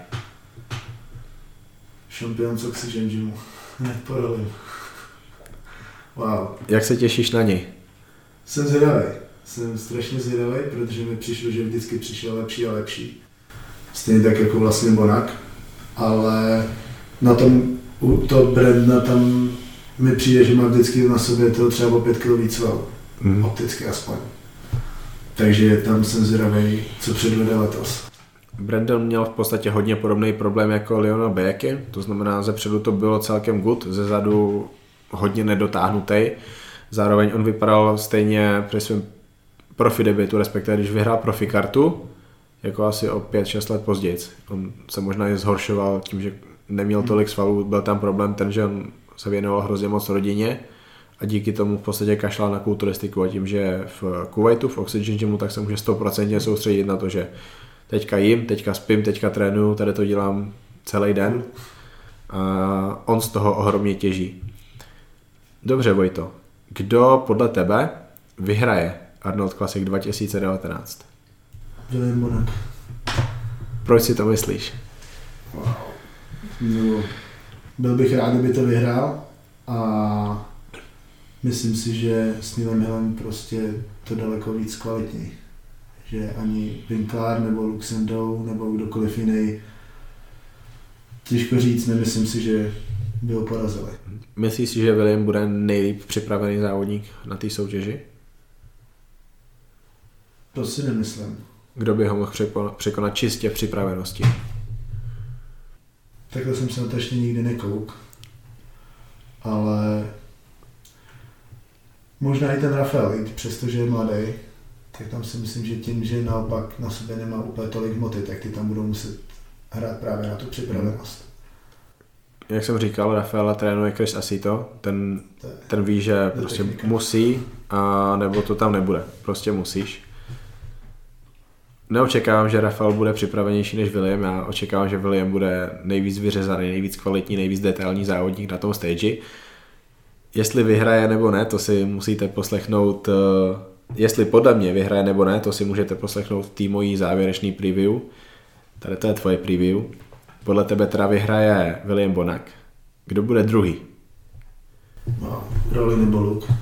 Šampion z Oxygen Gymu. Neporolím. Wow. Jak se těšíš na něj? Jsem zvědavý. Jsem strašně zvědavý, protože mi přišlo, že vždycky přišel lepší a lepší. Stejně tak jako vlastně Bonak. Ale na tom, u toho Brandona tam mi přijde, že má vždycky na sobě toho třeba o 5 kg víc svalů. Opticky aspoň. Takže tam jsem zvědavý, co předvede letos. Brandon měl v podstatě hodně podobný problém jako Lionel Bejeke, to znamená, zepředu to bylo celkem good, zezadu hodně nedotáhnutý. Zároveň on vypadal stejně při svém profi debutu, respektive když vyhrál profi kartu, jako asi o 5-6 let později. On se možná i zhoršoval tím, že neměl tolik svalů, byl tam problém ten, že on se věnoval hrozně moc rodině a díky tomu v podstatě kašlal na kulturistiku a tím, že v Kuwaitu, v Oxygen Gymu, tak se může 100% soustředit na to, že teďka jim, teďka spím, teďka trénuju, tady to dělám celý den a on z toho ohromně těží. Dobře, Vojto. Kdo podle tebe vyhraje Arnold Classic 2019? William Bonac. Proč si to myslíš? Wow. No, byl bych rád, kdyby to vyhrál a myslím si, že s Neilem Hillem prostě to daleko víc kvalitní. Že ani Winkler nebo Luxemdow nebo kdokoliv jiný, těžko říct, nemyslím si, že by ho porazili. Myslíš si, že William bude nejlíp připravený závodník na té soutěži? To si nemyslím. Kdo by ho mohl překonat čistě v připravenosti? Takhle jsem se na to ještě nikdy nekouk. Ale možná i ten Rafael, přestože je mladý, tak tam si myslím, že tím, že naopak na sobě nemá úplně tolik hmoty, tak ty tam budou muset hrát právě na tu připravenost. Jak jsem říkal, Rafaela trénuje Chris Asito, ten ví, že prostě musí, a nebo to tam nebude, prostě musíš. Neočekávám, že Rafael bude připravenější než William, já očekávám, že William bude nejvíc vyřezaný, nejvíc kvalitní, nejvíc detailní závodník na tom stage. Jestli vyhraje nebo ne, to si musíte poslechnout, jestli podle mě vyhraje nebo ne, to si můžete poslechnout v té mojí závěrečný preview. Tady to je tvoje preview. Podle tebe teda vyhraje William Bonac. Kdo bude druhý? No, Rolly nebo Luke.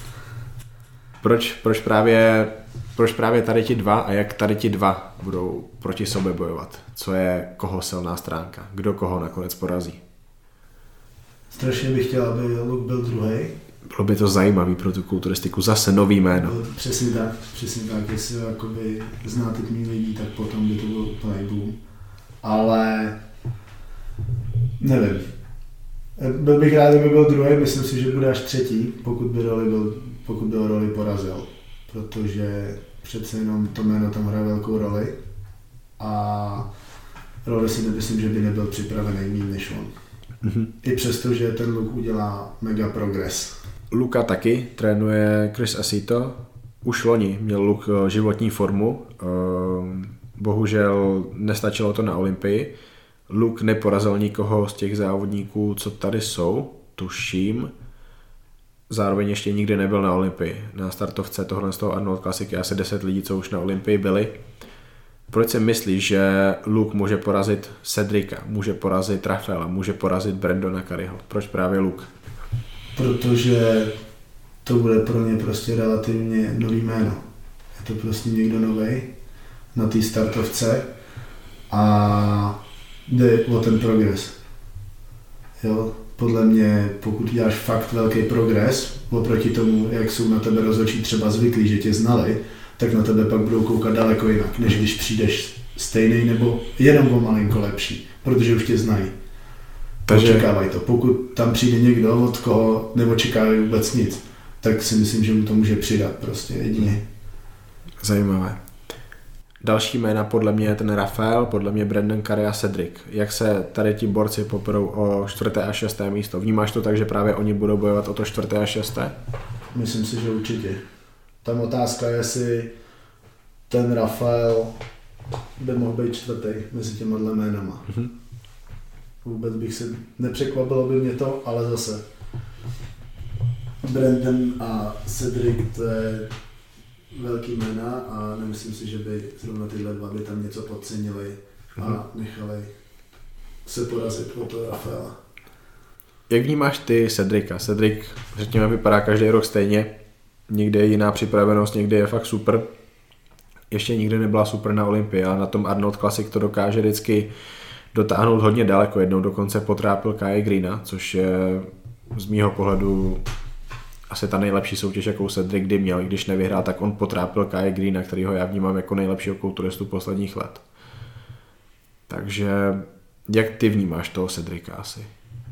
Proč právě tady ti dva a jak tady ti dva budou proti sobě bojovat? Co je koho silná stránka? Kdo koho nakonec porazí? Strašně bych chtěl, aby Luke byl druhý. Bylo by to zajímavý pro tu kulturistiku. Zase nový jméno. Přesně tak. Jestli ho jakoby znáte tmí lidí, tak potom by to byl úplný boom. Ale nevím. Byl bych rád, kdyby byl druhý, myslím si, že bude až třetí, pokud by Rolly porazil. Protože přece jenom to jméno tam hraje velkou roli. A Rolly si nemyslím, že by nebyl připravený mít než on. Mm-hmm. I přesto, že ten Luke udělá mega progres. Luka taky trénuje Chris Asito. Už loni měl Luke životní formu. Bohužel nestačilo to na Olympii. Luke neporazil nikoho z těch závodníků, co tady jsou, tuším. Zároveň ještě nikdy nebyl na Olympii. Na startovce tohle z toho Arnold Classic je asi 10 lidí, co už na Olympii byli. Proč si myslíš, že Luke může porazit Cedrika, může porazit Rafaela, může porazit Brandona Curryho? Proč právě Luke? Protože to bude pro ně prostě relativně nový jméno. Je to prostě někdo novej na té startovce a jde o ten progres. Jo? Podle mě, pokud děláš fakt velký progres, oproti tomu, jak jsou na tebe rozhodčí třeba zvyklí, že tě znali, tak na tebe pak budou koukat daleko jinak, než když přijdeš stejný nebo jenom o malinko lepší, protože už tě znají. Očekávají to. Pokud tam přijde někdo, od koho neočekávají vůbec nic, tak si myslím, že mu to může přidat prostě jedině. Zajímavé. Další jména podle mě je ten Rafael, podle mě Brandon Curry a Cedric. Jak se tady ti borci poperou o 4. a 6. místo? Vnímáš to tak, že právě oni budou bojovat o to 4. a 6.? Myslím si, že určitě. Tam otázka je, jestli ten Rafael by mohl být 4. mezi těma jménama. Mm-hmm. Vůbec bych se, nepřekvapilo by mě to, ale zase Brandon a Cedric, to je velký jména a nemyslím si, že by zrovna tyhle dva by tam něco podcenili a nechali se porazit o to Rafaela. Jak vnímáš ty Cedrika? Cedric, řekněme, vypadá každý rok stejně. Někde je jiná připravenost, někde je fakt super. Ještě nikdy nebyla super na Olympii, ale na tom Arnold Classic to dokáže vždycky dotáhnout hodně daleko. Jednou dokonce potrápil Kai Greena, což je z mýho pohledu asi ta nejlepší soutěž, jakou Cedric kdy měl. Když nevyhrál, tak on potrápil Kai Greena, kterýho já vnímám jako nejlepšího kulturistu posledních let. Takže jak ty vnímáš toho Cedrica asi?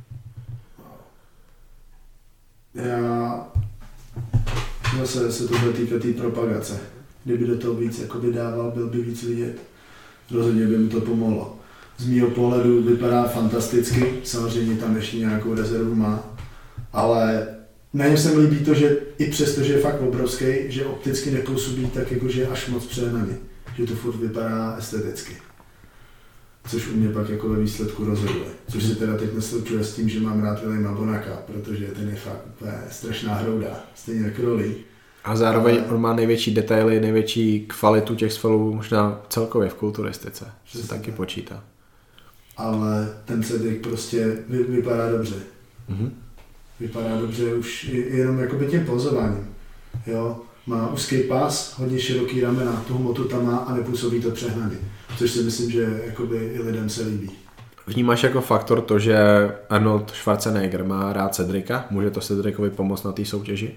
Já zase se to bude týkat té propagace. Kdyby do toho víc jakoby dával, byl by víc vidět. Rozhodně by mu to pomohlo. Z mýho pohledu vypadá fantasticky, samozřejmě tam ještě nějakou rezervu má, ale na něm se mi líbí to, že i přesto, že je fakt obrovský, že opticky nepůsobí tak, jakože až moc přehnaně, že to furt vypadá esteticky. což u mě pak jako ve výsledku rozhoduje. Což se teda teď neslučuje s tím, že mám rád Williama Bonaka, protože ten je fakt úplně strašná hrouda, stejně jako Rolly. A zároveň on má největší detaily, největší kvalitu těch svalů možná celkově v kulturistice, že se taky počítá. Ale ten Cedric prostě vypadá dobře. Vypadá dobře už jenom jakoby tím pozováním. Jo? Má úzký pás, hodně široký ramena, tu hmotu tam má a nepůsobí to přehnaně. Což si myslím, že jakoby i lidem se líbí. Vnímáš jako faktor to, že Arnold Schwarzenegger má rád Cedrica? Může to Cedricovi pomoct na té soutěži?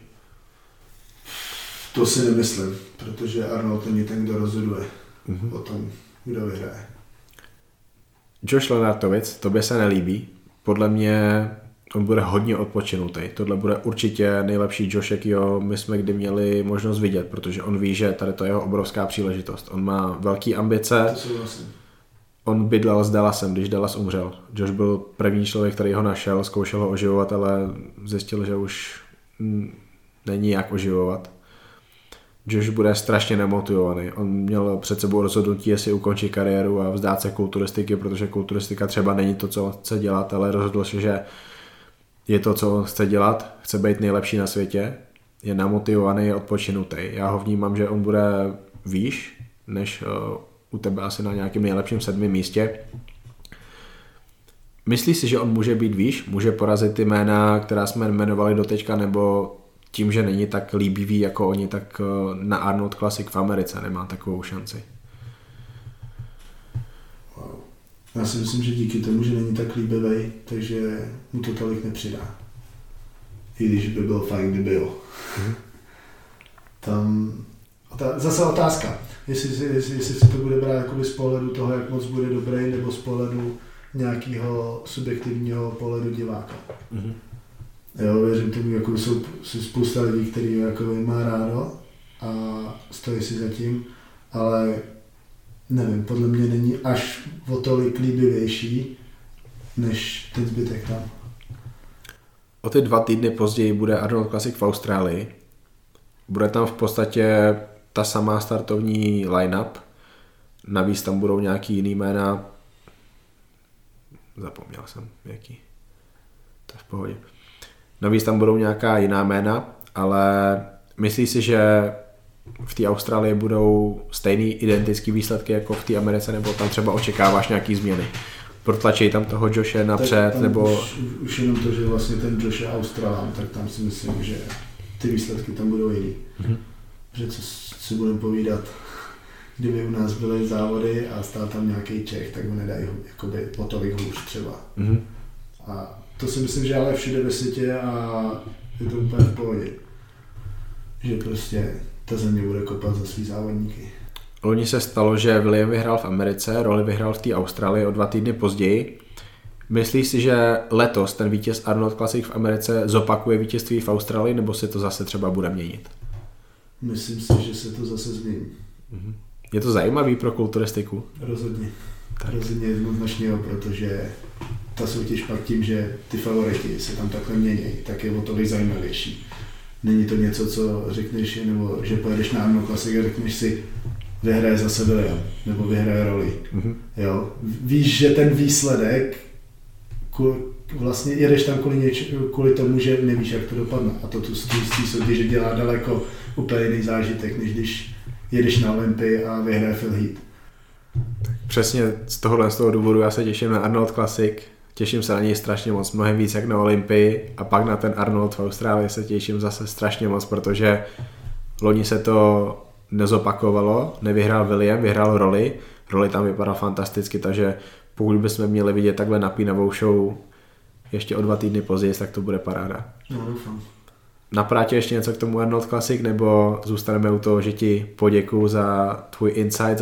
To si nemyslím, protože Arnold není ten, kdo rozhoduje o tom, kdo vyhraje. Josh Lenartovic, tobě se nelíbí. Podle mě on bude hodně odpočinutý. Tohle bude určitě nejlepší Josh, jakýho my jsme kdy měli možnost vidět, protože on ví, že tady to je jeho obrovská příležitost. On má velký ambice. On bydlel s Dallasem, když Dallas umřel. Josh byl první člověk, který ho našel, zkoušel ho oživovat, ale zjistil, že už není jak oživovat. Josh bude strašně nemotivovaný. On měl před sebou rozhodnutí, jestli ukončí kariéru a vzdát se kulturistiky, protože kulturistika třeba není to, co on chce dělat, ale rozhodl se, že je to, co on chce dělat, chce být nejlepší na světě, je namotivovaný, je odpočinutý. Já ho vnímám, že on bude výš, než u tebe asi na nějakém nejlepším 7. místě. Myslíš si, že on může být výš? Může porazit ty jména, která jsme jmenovali doteďka, nebo tím, že není tak líbivý jako oni, tak na Arnold Classic v Americe nemá takovou šanci? Wow. Já si myslím, že díky tomu, že není tak líbivý, takže mu to tolik nepřidá. I když by byl fajn, kdyby byl. Tam zase otázka, jestli se to bude brát jakoby z pohledu toho, jak moc bude dobrý, nebo z pohledu nějakého subjektivního pohledu diváka. Jo, věřím tomu, jako jsou spousta lidí, kteří jako má rádo a stojí si za tím, ale nevím, podle mě není až o tolik líbivější, než ten zbytek tam. O ty 2 týdny později bude Arnold Classic v Austrálii. Bude tam v podstatě ta samá startovní line-up. Navíc tam budou nějaký jiný jména. Zapomněl jsem, jaký. To je v pohodě. Navíc tam budou nějaká jiná jména, ale myslíš si, že v té Austrálii budou stejný identický výsledky jako v té Americe, nebo tam třeba očekáváš nějaký změny? Protlačí tam toho Joshe napřed, tam nebo... Už jenom to, že vlastně ten Josh je Australán, tak tam si myslím, že ty výsledky tam budou jiný. Že co si budeme povídat, kdyby u nás byly závody a stál tam nějaký Čech, tak ho nedají jakoby o tolik hůř třeba. A to si myslím, že ale všude ve světě a je to úplně v pohodě. Že prostě ta země bude kopat za svý závodníky. Loni se stalo, že William vyhrál v Americe, Rolly vyhrál v té Austrálii o 2 týdny později. Myslíš si, že letos ten vítěz Arnold Classic v Americe zopakuje vítězství v Austrálii, nebo se to zase třeba bude měnit? Myslím si, že se to zase změní. Je to zajímavý pro kulturistiku? Rozhodně. Rozhodně jednoznačně, protože ta soutěž pak tím, že ty favoriti se tam takhle mění, tak je o tolik zajímavější. Není to něco, co řekneš, nebo že pojedeš na Arnold Classic a řekneš si, vyhraje zase William, nebo vyhraje Rolly. Jo? Víš, že ten výsledek, vlastně jedeš tam kvůli tomu, že nevíš, jak to dopadne. A to tu z té soutěže dělá daleko úplně jiný zážitek, než když jedeš na Olympii a vyhraje Phil Heath. Přesně z toho důvodu já se těším na Arnold Classic. Těším se na něj strašně moc, mnohem víc jak na Olympii, a pak na ten Arnold v Austrálii se těším zase strašně moc, protože loni se to nezopakovalo, nevyhrál William, vyhrál Rolly. Rolly tam vypadal fantasticky, takže pokud bychom měli vidět takhle napínavou show ještě o 2 týdny později, tak to bude paráda. No, doufám. Napadá tě ještě něco k tomu Arnold Classic, nebo zůstaneme u toho, že ti poděkuju za tvůj insight,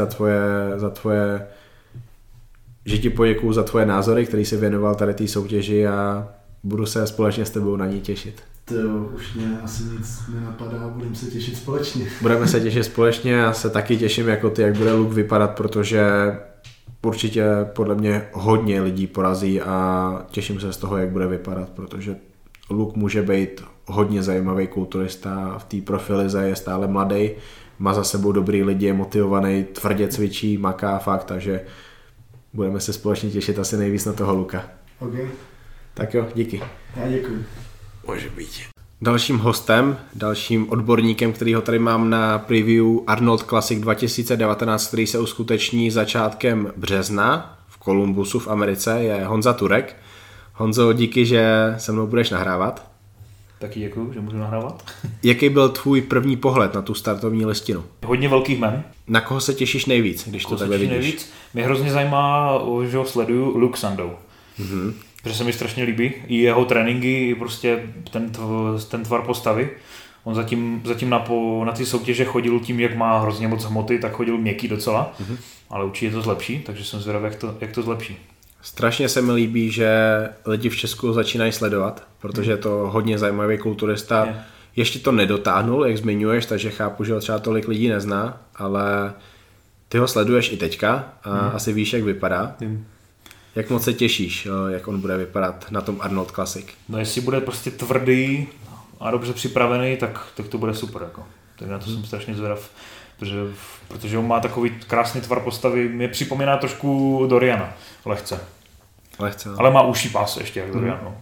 že ti poděkuju za tvoje názory, který jsi věnoval tady té soutěži, a budu se společně s tebou na ní těšit. To už mě asi nic nenapadá, budeme se těšit společně. Budeme se těšit společně, já se taky těším jako ty, jak bude Luke vypadat, protože určitě podle mě hodně lidí porazí a těším se z toho, jak bude vypadat, protože Luke může být hodně zajímavý kulturista, v té profilize je stále mladý, má za sebou dobrý lidi, je motivovaný, tvrdě cvičí, maká fakt, takže Budeme se společně těšit asi nejvíc na toho Luka. OK. Tak jo, díky. Já děkuji. Může být. Dalším hostem, dalším odborníkem, kterýho tady mám na preview Arnold Classic 2019, který se uskuteční začátkem března v Columbusu v Americe, je Honza Turek. Honzo, díky, že se mnou budeš nahrávat. Taky děkuji, že můžu nahrávat. Jaký byl tvůj první pohled na tu startovní listinu? Hodně velkých men. Na koho se těšíš nejvíc, když to takhle vidíš? Nejvíc? Mě hrozně zajímá, že ho sleduju, Luke Sandow. Mm-hmm. Protože se mi strašně líbí. I jeho tréninky, i prostě ten tvar postavy. On zatím na ty soutěže chodil tím, jak má hrozně moc hmoty, tak chodil měkký docela. Mm-hmm. Ale určitě to zlepší, takže jsem zvědavý, jak to zlepší. Strašně se mi líbí, že lidi v Česku začínají sledovat, protože je to hodně zajímavý kulturista. Je. Ještě to nedotáhnul, jak zmiňuješ, takže chápu, že ho třeba tolik lidí nezná, ale ty ho sleduješ i teďka a asi víš, jak vypadá. Jak moc se těšíš, jak on bude vypadat na tom Arnold Classic? No jestli bude prostě tvrdý a dobře připravený, tak to bude super. Jako. Tak na to jsem strašně zvědav, protože on má takový krásný tvar postavy, mě připomíná trošku Doriana, lehce. Ale má uší pás ještě, jak Dorian. No.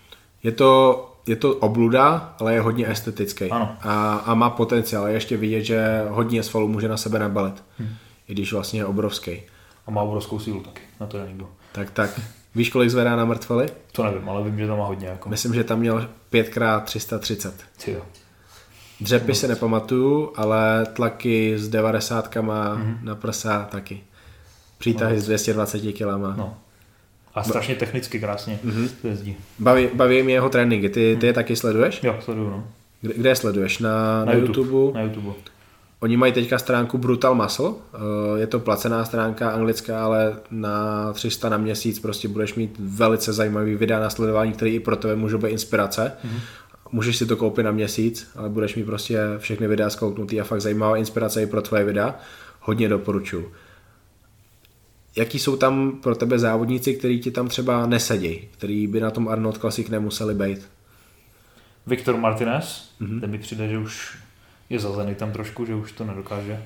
Je to obluda, ale je hodně estetický. Ano. A má potenciál. Je ještě vidět, že hodně svalů může na sebe nabalit. I když vlastně je obrovský. A má obrovskou sílu taky, na to je nikdo. Tak. Víš, kolik zvedá na mrtvoly? To nevím, ale vím, že tam má hodně. Jako. Myslím, že tam měl 5x330. Jo. Dřepy se nepamatuju, ale tlaky s 90 na prsa taky. Přítahy s 220 kilama. No. A strašně technicky krásně to jezdí. Baví mě jeho tréninky. Ty je taky sleduješ? Jo, sleduju, no. Kde je sleduješ? Na YouTube? Na YouTube. Oni mají teďka stránku Brutal Muscle, je to placená stránka anglická, ale na 300 na měsíc prostě budeš mít velice zajímavý videa na sledování, který i pro tebe můžou být inspirace. Můžeš si to koupit na měsíc, ale budeš mít prostě všechny videa zkouknutý a fakt zajímavá inspirace i pro tvoje videa. Hodně doporučuji. Jaký jsou tam pro tebe závodníci, kteří ti tam třeba nesedí, který by na tom Arnold Classic nemuseli být? Viktor Martinez, ten mi přijde, že už je zazený tam trošku, že už to nedokáže.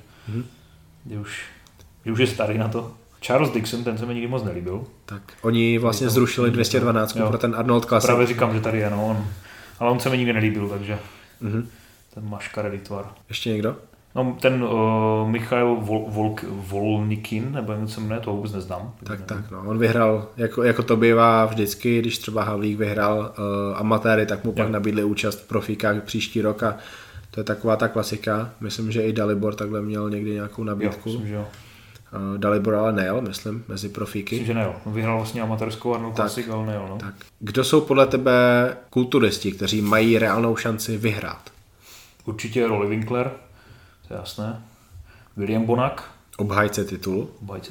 Že už je starý na to. Charles Dixon, ten se mi nikdy moc nelíbil. Tak oni vlastně zrušili 212 pro ten Arnold Classic. Právě říkám, že tady je, no. Ale on se mi nikdy nelíbil, takže ten má škaredý tvar. Ještě někdo? No, ten Michail Volnikin, nebo jak se jmenuje, to vůbec neznám. Tak, no. On vyhrál, jako to bývá vždycky, když třeba Havlík vyhrál amatéry, tak mu pak nabídli účast v profíkách příští rok a to je taková ta klasika. Myslím, že i Dalibor takhle měl někdy nějakou nabídku. Jo, myslím, že jo. Dalibor ale nejel, myslím, mezi profíky. Myslím, že nejel. On vyhrál vlastně amatérskou Arnold Classic, ale nejel. No. Tak. Kdo jsou podle tebe kulturisti, kteří mají reálnou šanci vyhrát? Určitě Rolly Winkler, to je jasné. William Bonac. Obhájce titulu.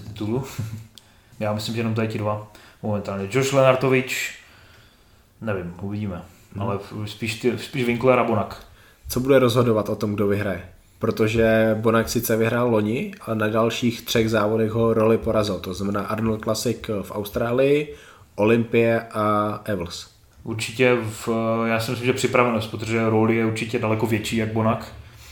Já myslím, že jenom tady ti dva momentálně. Josh Lenartovič, nevím, uvidíme. Ale spíš Winkler a Bonac. Co bude rozhodovat o tom, kdo vyhraje? Protože Bonac sice vyhrál loni, ale na dalších 3 závodech ho Rolly porazil. To znamená Arnold Classic v Austrálii, Olympie a Evels. Určitě, já si myslím, že připravenost, protože Rolly je určitě daleko větší jak Bonac.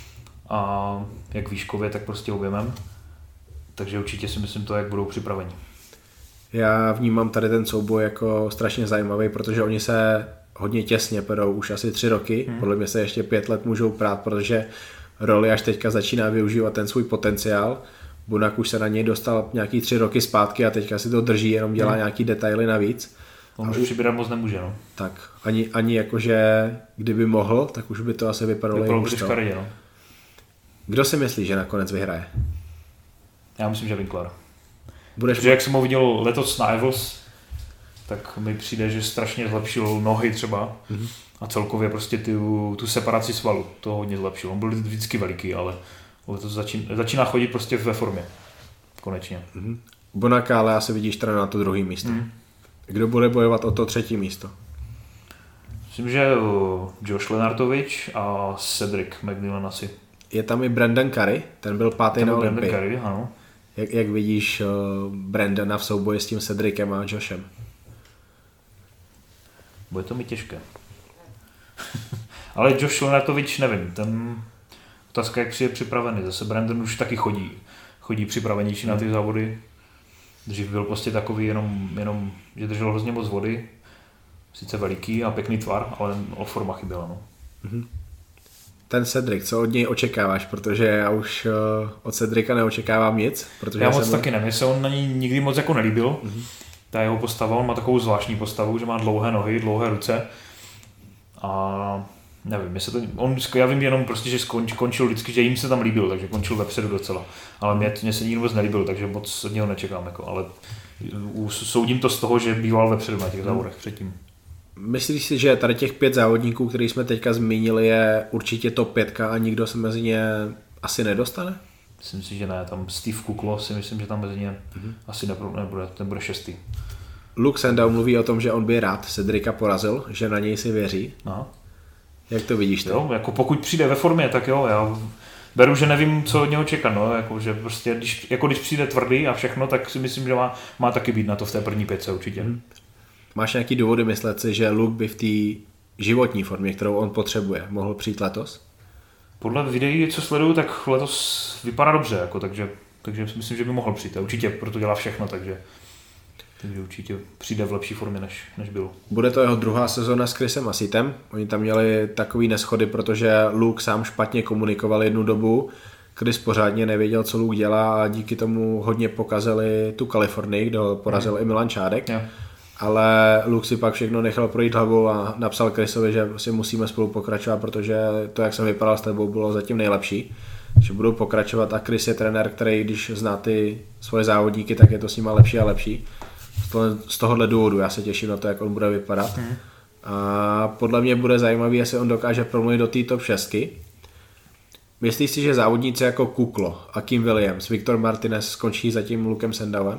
A jak výškově, tak prostě objemem. Takže určitě si myslím to, jak budou připraveni. Já vnímám tady ten souboj jako strašně zajímavý, protože oni se hodně těsně perou už asi 3 roky. Podle mě se ještě 5 let můžou prát, protože Rolly až teďka začíná využívat ten svůj potenciál. Bonac už se na něj dostal nějaký 3 roky zpátky a teďka si to drží, jenom dělá nějaký detaily navíc. On už přibírat moc nemůže, no. Tak, ani jakože kdyby mohl, tak už by to asi vypadalo by škaredě, no. Kdo si myslí, že nakonec vyhraje? Já myslím, že Winkler. Protože jak jsem ho viděl letos na Evels, tak mi přijde, že strašně zlepšil nohy třeba a celkově prostě tu separaci svalu, to hodně zlepšil. On byl vždycky veliký, ale letos začíná chodit prostě ve formě. Konečně. Bonaca ale asi vidíš teda na to 2. místo. Kdo bude bojovat o to 3. místo? Myslím, že Josh Lenartovič a Cedric McMillan asi. Je tam i Brandon Curry, ten byl 5. na Olympii. Brandon Curry, ano. Jak vidíš Brandona v souboji s tím Cedricem a Joshem? Bude to mi těžké. Ale Josh Lenartovič nevím, ten otázka, jak si je připravený. Zase Brandon už taky chodí připravenější na ty závody. Dřív byl prostě takový jenom že držel hrozně moc vody, sice veliký a pěkný tvar, ale forma chyběla. No. Ten Cedric, co od něj očekáváš? Protože já už od Cedrika neočekávám nic. Protože já moc taky nevím, se on na ní nikdy moc jako nelíbil. Ta jeho postava, on má takovou zvláštní postavu, že má dlouhé nohy, dlouhé ruce. A nevím, já vím jenom prostě, že končil vždycky, že jim se tam líbil, takže končil vepředu docela. Ale mě se nikdy moc nelíbil, takže moc od něho nečekám. Jako, ale soudím to z toho, že býval vepředu na těch závodech předtím. Myslíš si, že tady těch 5 závodníků, který jsme teďka zmínili, je určitě top 5 a nikdo se mezi ně asi nedostane? Myslím si, že ne. Tam Steve Kuklo si myslím, že tam mezi ně asi nebude 6. Luke Sandow mluví o tom, že on by rád Cedrika porazil, že na něj si věří. Aha. Jak to vidíš ty? Jo, jako pokud přijde ve formě, tak jo, já beru, že nevím, co od něho čekat, no, jako, že prostě, když přijde tvrdý a všechno, tak si myslím, že má taky být na to v té první 5 určitě. Máš nějaký důvody myslet si, že Luke by v té životní formě, kterou on potřebuje, mohl přijít letos? Podle videí, co sleduju, tak letos vypadá dobře, jako, takže myslím, že by mohl přijít. A určitě proto dělá všechno, takže určitě přijde v lepší formě, než byl. Bude to jeho druhá sezóna s Chrisem Asitem. Oni tam měli takový neschody, protože Luke sám špatně komunikoval jednu dobu. Chris pořádně nevěděl, co Luke dělá a díky tomu hodně pokazili tu Kalifornii, kde ho porazil i Milan Čádek. Jo. Ale Luke si pak všechno nechal projít hlavou a napsal Chrisovi, že si musíme spolu pokračovat, protože to, jak jsem vypadal s tebou, bylo zatím nejlepší. Že budou pokračovat a Chris je trenér, který když zná ty svoje závodníky, tak je to s nima lepší a lepší. Z tohohle důvodu já se těším na to, jak on bude vypadat. A podle mě bude zajímavý, jestli on dokáže promluvit do té top 6. Myslíš si, že závodníci jako Kuklo, Kim Williams, Viktor Martinez skončí za tím Lukem Sandowem?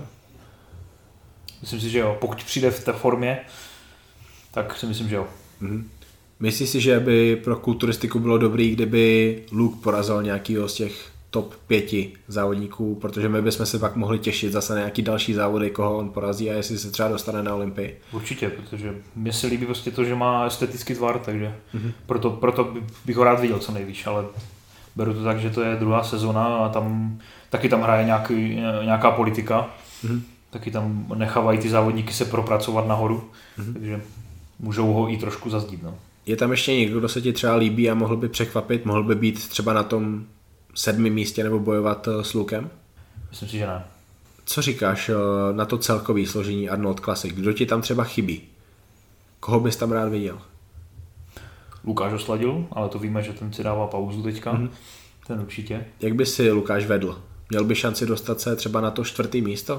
Myslím si, že jo. Pokud přijde v té formě, tak si myslím, že jo. Myslíš si, že by pro kulturistiku bylo dobrý, kdyby Luke porazil nějakýho z těch top 5 závodníků, protože my bychom se pak mohli těšit zase na nějaký další závody, koho on porazí a jestli se třeba dostane na Olympii. Určitě, protože mně se líbí prostě to, že má estetický tvar, takže proto bych ho rád viděl co nejvíc, ale beru to tak, že to je druhá sezona a taky tam hraje nějaká politika, taky tam nechávají ty závodníky se propracovat nahoru, takže můžou ho i trošku zazdít. No. Je tam ještě někdo, kdo se ti třeba líbí a mohl by překvapit, mohl by být třeba na tom 7. místě nebo bojovat s Lukem? Myslím si, že ne. Co říkáš na to celkový složení Arnold Classic? Kdo ti tam třeba chybí? Koho bys tam rád viděl? Lukáš Osladil, ale to víme, že ten si dává pauzu teďka. Ten určitě. Jak by si Lukáš vedl? Měl by šanci dostat se třeba na to 4. místo?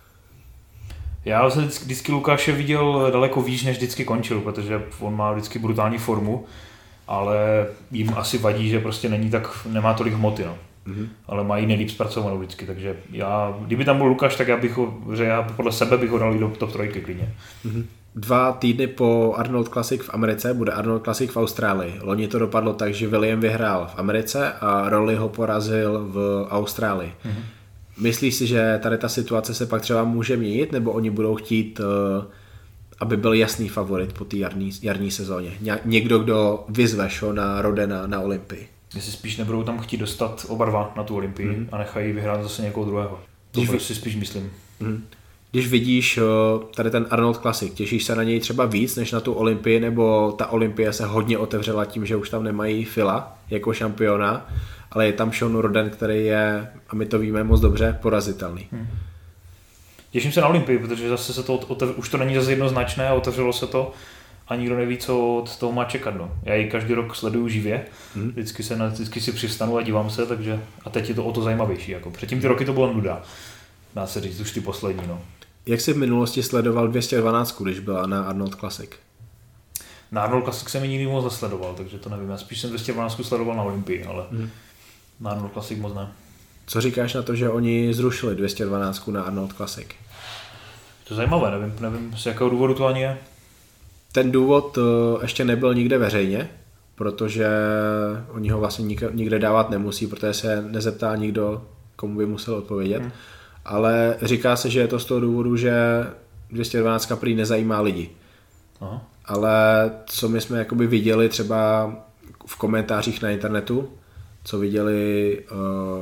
Já jsem vždycky Lukáše viděl daleko výš, než vždycky končil, protože on má vždycky brutální formu, ale jim asi vadí, že prostě nemá tolik hmoty, no. Ale mají nejlíp zpracovanou vždycky, takže kdyby tam byl Lukáš, tak já podle sebe bych ho dal do top 3 klidně. 2 týdny po Arnold Classic v Americe bude Arnold Classic v Austrálii. Loni to dopadlo tak, že William vyhrál v Americe a Rolly ho porazil v Austrálii. Myslíš si, že tady ta situace se pak třeba může měnit, nebo oni budou chtít, aby byl jasný favorit po té jarní sezóně? Někdo, kdo vyzve Shona Rodena na Olympii? Jestli spíš nebudou tam chtít dostat oba dva na tu Olympii a nechají vyhrát zase někoho druhého. To si spíš myslím. Když vidíš tady ten Arnold Classic, těšíš se na něj třeba víc než na tu Olympii, nebo ta Olympie se hodně otevřela tím, že už tam nemají Phila jako šampiona, ale je tam Sean Roden, který je, a my to víme moc dobře, porazitelný. Těším se na Olympii, protože zase se to už to není zase jednoznačné a otevřelo se to a nikdo neví, co od toho má čekat. No. Já ji každý rok sleduju živě, vždycky si přistanu a dívám se, takže a teď je to o to zajímavější. Jako. Předtím ty roky to byla nuda, dá se říct, už ty poslední. No. Jak jsi v minulosti sledoval 212, když byla na Arnold Classic? Na Arnold Classic jsem ji nikdy moc nesledoval, takže to nevím. Já spíš jsem 212 sledoval na Olympii, ale na Arnold Classic moc ne. Co říkáš na to, že oni zrušili 212 na Arnold Classic? To je zajímavé, nevím z jakého důvodu to ani je. Ten důvod ještě nebyl nikde veřejně, protože oni ho vlastně nikde dávat nemusí, protože se nezeptá nikdo, komu by musel odpovědět. Ale říká se, že je to z toho důvodu, že 212 prý nezajímá lidi. Aha. Ale co my jsme jakoby viděli třeba v komentářích na internetu, co viděli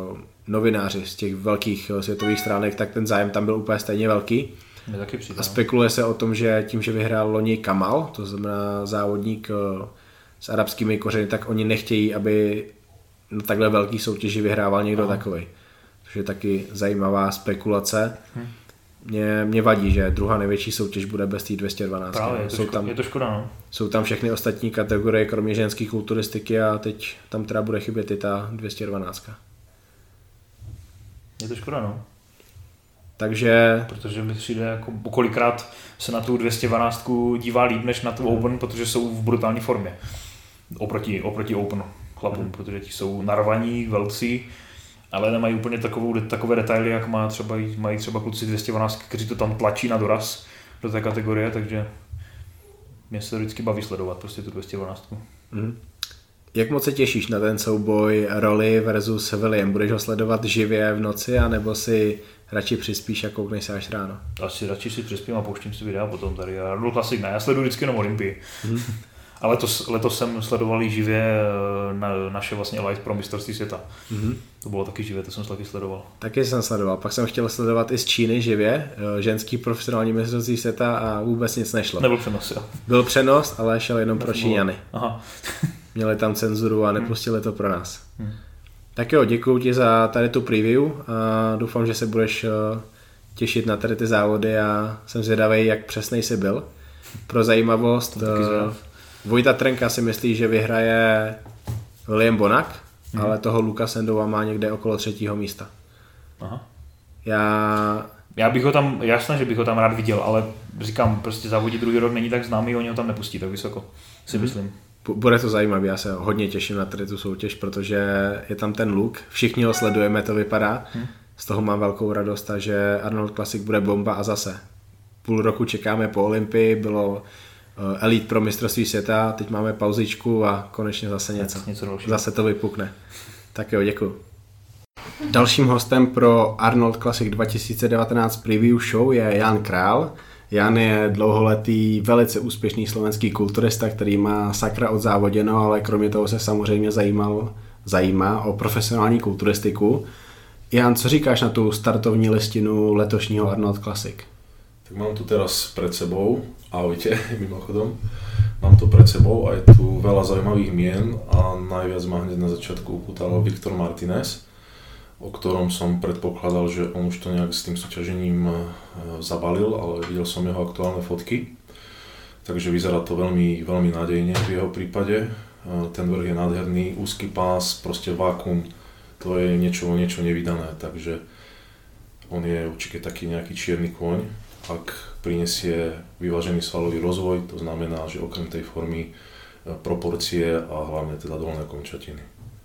novináři z těch velkých světových stránek, tak ten zájem tam byl úplně stejně velký. A spekuluje se o tom, že tím, že vyhrál loni Kamal, to znamená závodník s arabskými kořeny, tak oni nechtějí, aby na takhle velký soutěži vyhrával někdo takovej. Což je taky zajímavá spekulace. Mě vadí, že druhá největší soutěž bude bez té 212. Právě, je to škoda, no. Jsou tam všechny ostatní kategorie, kromě ženské kulturistiky a teď tam teda bude chybět i ta 212. Je to škoda, no. Takže... Protože mi přijde, jako kolikrát se na tu 212 dívá líp než na tu Open, protože jsou v brutální formě. Oproti Open chlapům, protože ti jsou narvaní, velcí, ale nemají úplně takové detaily, jak mají třeba kluci 212, kteří to tam tlačí na doraz do té kategorie, takže mě se vždycky baví sledovat prostě tu 212. Jak moc se těšíš na ten souboj Rolly versus William? Budeš ho sledovat živě v noci, anebo si radši přispíš a koukneš se až ráno? Asi radši si přispím a pouštím si videa potom tady. Arnold Classic ne, já sleduji vždycky jenom Olympii. Ale letos jsem sledoval i živě naše vlastně live pro mistrovství světa. To bylo taky živě, to jsem taky sledoval. Taky jsem sledoval, pak jsem chtěl sledovat i z Číny živě, ženský profesionální mistrovství světa a vůbec nic nešlo. Nebyl přenos, jo. Byl přenos, ale šel jenom pro Číňany. Aha. Měli tam cenzuru a nepustili to pro nás. Tak jo, děkuju ti za tady tu preview a doufám, že se budeš těšit na tady ty závody a jsem zvědavý, jak přesnej jsi byl. Pro zajímavost, Vojta Trenka si myslí, že vyhraje William Bonac, ale toho Luka Sendova má někde okolo 3. místa. Aha. Já bych ho tam, jasné, že bych ho tam rád viděl, ale říkám, prostě závodit druhý rok není tak známý, oni ho tam nepustí tak vysoko, si myslím. Bude to zajímavé, já se hodně těším na tady tu soutěž, protože je tam ten Luke, všichni ho sledujeme, to vypadá, z toho mám velkou radost a že Arnold Classic bude bomba a zase. Půl roku čekáme po Olympii, bylo Elite pro mistrovství světa, teď máme pauzičku a konečně zase něco zase to vypukne. Tak jo, děkuji. Dalším hostem pro Arnold Classic 2019 preview show je Jan Král. Jan je dlouholetý, velice úspěšný slovenský kulturista, který má sakra odzávoděno, ale kromě toho se samozřejmě zajímá o profesionální kulturistiku. Jan, co říkáš na tu startovní listinu letošního Arnold Classic? Tak mám tu teraz pred sebou, ahojte, mimochodom, mám tu pred sebou a je tu veľa zaujímavých mien a najviac ma hneď na začiatku upútal Viktor Martinez, o ktorom som predpokladal, že on už to nejak s tým súťažením zabalil, ale videl som jeho aktuálne fotky, takže vyzerá to veľmi, veľmi nádejne v jeho prípade. Ten vrch je nádherný, úzky pás, proste vákuum, to je niečo nevydané, takže on je určite taký nejaký čierny kôň. Ak prinesie vyvážený svalový rozvoj, to znamená, že okrem tej formy proporcie a hlavne teda dolné končatiny.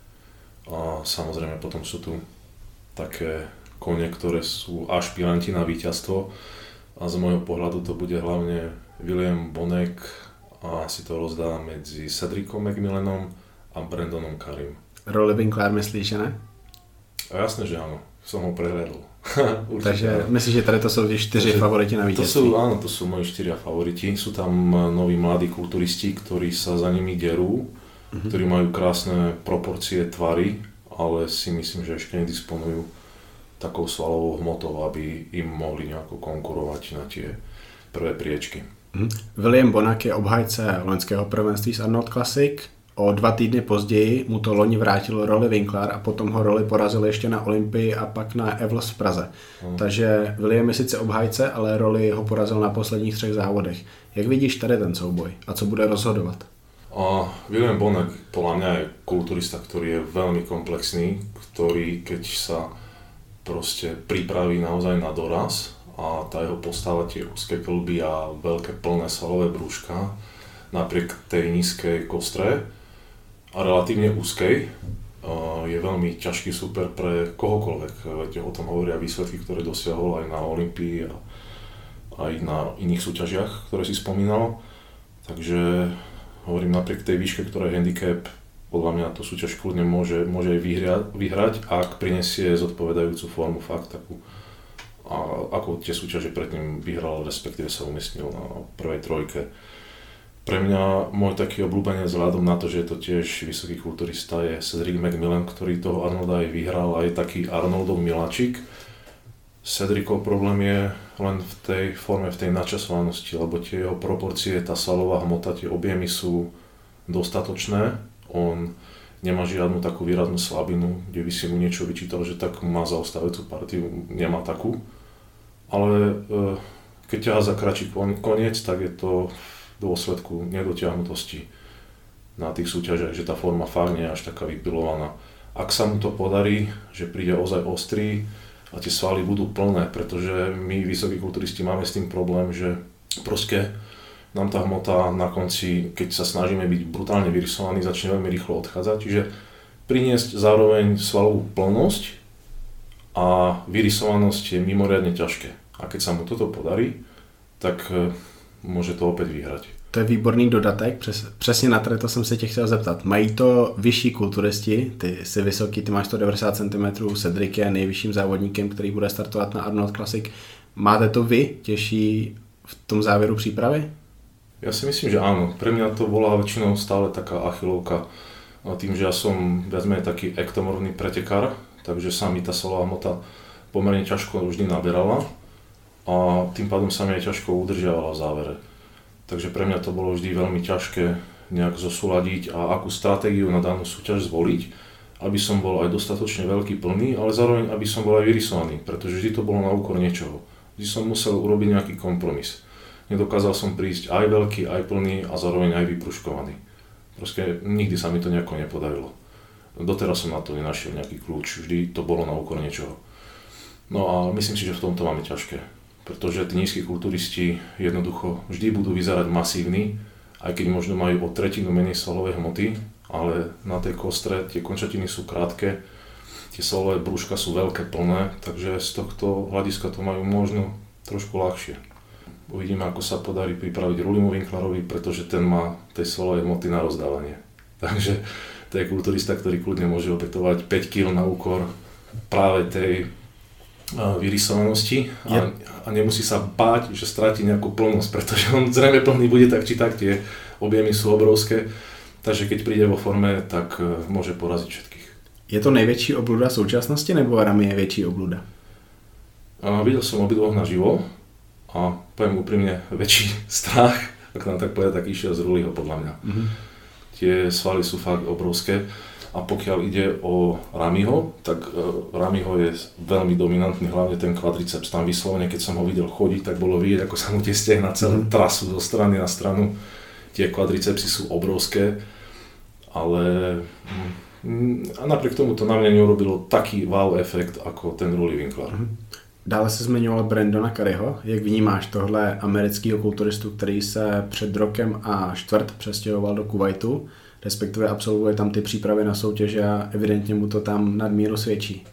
A samozrejme potom sú tu také kone, ktoré sú ašpiranti na víťazstvo a z môjho pohľadu to bude hlavne William Bonac a si to rozdá medzi Cedricom McMillanom a Brandonom Karim. Rolly Winkler myslíš, že ne? A jasné, že áno, som ho prehliadol. Takže myslíš, že tady to jsou 4 favoriti na vítězství? Áno, to sú moji 4 favoriti. Sú tam noví mladí kulturisti, ktorí sa za nimi derú, ktorí majú krásne proporcie tvary, ale si myslím, že ešte nedisponujú takou svalovou hmotou, aby im mohli nejako konkurovať na tie prvé priečky. William Bonac je obhajce loňského prvenství z Arnold Classic. O 2 týdny později mu to loni vrátil Rolly Winkler a potom ho Rolly porazil ještě na Olympii a pak na Evlos v Praze. Takže William je sice obhajce, ale Rolly ho porazil na posledních 3 závodech. Jak vidíš tady ten souboj a co bude rozhodovat? William Bonac podľa mňa je kulturista, ktorý je veľmi komplexný, ktorý keď sa proste pripraví naozaj na doraz a tá jeho postava, tie úzke kĺby a veľké plné svalové brúška napriek tej nízkej kostre a relatívne úzkej je veľmi ťažký super pre kohokoľvek. Veď o tom hovoria výsledky, ktoré dosiahol aj na Olympii a aj na iných súťažiach, ktoré si spomínal. Takže hovorím, napriek tej výške, ktorá je handicap, podľa mňa to súťaž kľudne môže aj vyhrať, ak prinesie zodpovedajúcu formu fakt takú, ako tie súťaže predtým vyhral, respektíve sa umiestnil na prvej trojke. Pre mňa môj taký obľúbenec vzhľadom na to, že je to tiež vysoký kulturista, je Cedric McMillan, ktorý toho Arnolda aj vyhral a je taký Arnoldov miláčik. Cedricov problém je len v tej forme, v tej načasovanosti, lebo tie jeho proporcie, tá svalová hmota, tie objemy sú dostatočné. On nemá žiadnu takú výraznú slabinu, kde by si mu niečo vyčítal, že tak má zaostávajúcu partiu, nemá takú. Ale keď ťahá za kratší koniec, tak je to v dôsledku nedotiahnutosti na tých súťažiach, že tá forma fakt nie je až taká vypilovaná. Ak sa mu to podarí, že príde ozaj ostrý a tie svaly budú plné, pretože my vysokí kulturisti máme s tým problém, že proste nám tá hmota na konci, keď sa snažíme byť brutálne vyrysovaní, začne veľmi rýchlo odchádzať. Čiže priniesť zároveň svalovú plnosť a vyrysovanosť je mimoriadne ťažké. A keď sa mu toto podarí, tak může to opět vyhrát. To je výborný dodatek, přesně na to jsem se tě chtěl zeptat. Mají to vyšší kulturisti, ty jsi vysoký, ty máš 190 cm, Cedric je nejvyšším závodníkem, který bude startovat na Arnold Classic. Máte to vy těžší v tom závěru přípravy? Ja si myslím, že áno. Pre mňa to bola väčšinou stále taká achilovka. Tým, že ja som viac menej taký ektomorfný pretekár, takže sa mi tá svalová hmota pomerne ťažko vždy naberala a tým pádom sa mi aj ťažko udržiavala v závere. Takže pre mňa to bolo vždy veľmi ťažké nejak zosúladiť a akú stratégiu na danú súťaž zvoliť, aby som bol aj dostatočne veľký, plný, ale zároveň aby som bol aj vyrysovaný, pretože vždy to bolo na úkor niečoho. Vždy som musel urobiť nejaký kompromis. Nedokázal som prísť aj veľký, aj plný a zároveň aj vypruškovaný. Proste nikdy sa mi to nejako nepodarilo. Doteraz som na to nenašiel nejaký kľúč, vždy to bolo na úkor niečoho. No a myslím si, že v tomto máme ťažké, pretože tí nízki kulturisti jednoducho vždy budú vyzerať masívni, aj keď možno majú o tretinu menej svalovej hmoty, ale na tej kostre tie končatiny sú krátke, tie svalové brúška sú veľké, plné, takže z tohto hľadiska to majú možno trošku ľahšie. Uvidíme, ako sa podarí pripraviť Rulimu Winklarovi, pretože ten má tej svalovej hmoty na rozdávanie. Takže to je kulturista, ktorý kľudne môže obetovať 5 kg na úkor práve tej vyrysovanosti a nemusí sa báť, že stráti nejakú plnosť, pretože on zrejme plný bude tak či tak, tie objemy sú obrovské, takže keď príde vo forme, tak môže poraziť všetkých. Je to největší obluda současnosti, nebo Rami je větší obluda? Videl som obidvoch naživo. A poviem úprimne, väčší strach, ak nám tak povedať, tak išiel z Ruliho podľa mňa. Mm-hmm. Tie svaly sú fakt obrovské a pokiaľ ide o Ramiho, tak Ramiho je veľmi dominantný, hlavne ten kvadriceps. Tam vyslovene, keď som ho videl chodiť, tak bolo vidieť, ako sa mu tie stehna celé trasú zo strany na stranu. Tie kvadricepsy sú obrovské, ale a napriek tomu to na mňa neurobilo taký wow efekt ako ten Ruli Winkler. Mm-hmm. Dále se zmiňoval Brandona Curryho. Jak vnímáš tohle amerického kulturistu, který se před rokem a čtvrt přestěhoval do Kuwaitu, respektive absolvuje tam ty přípravy na soutěže a evidentně mu to tam nadmíru svědčí?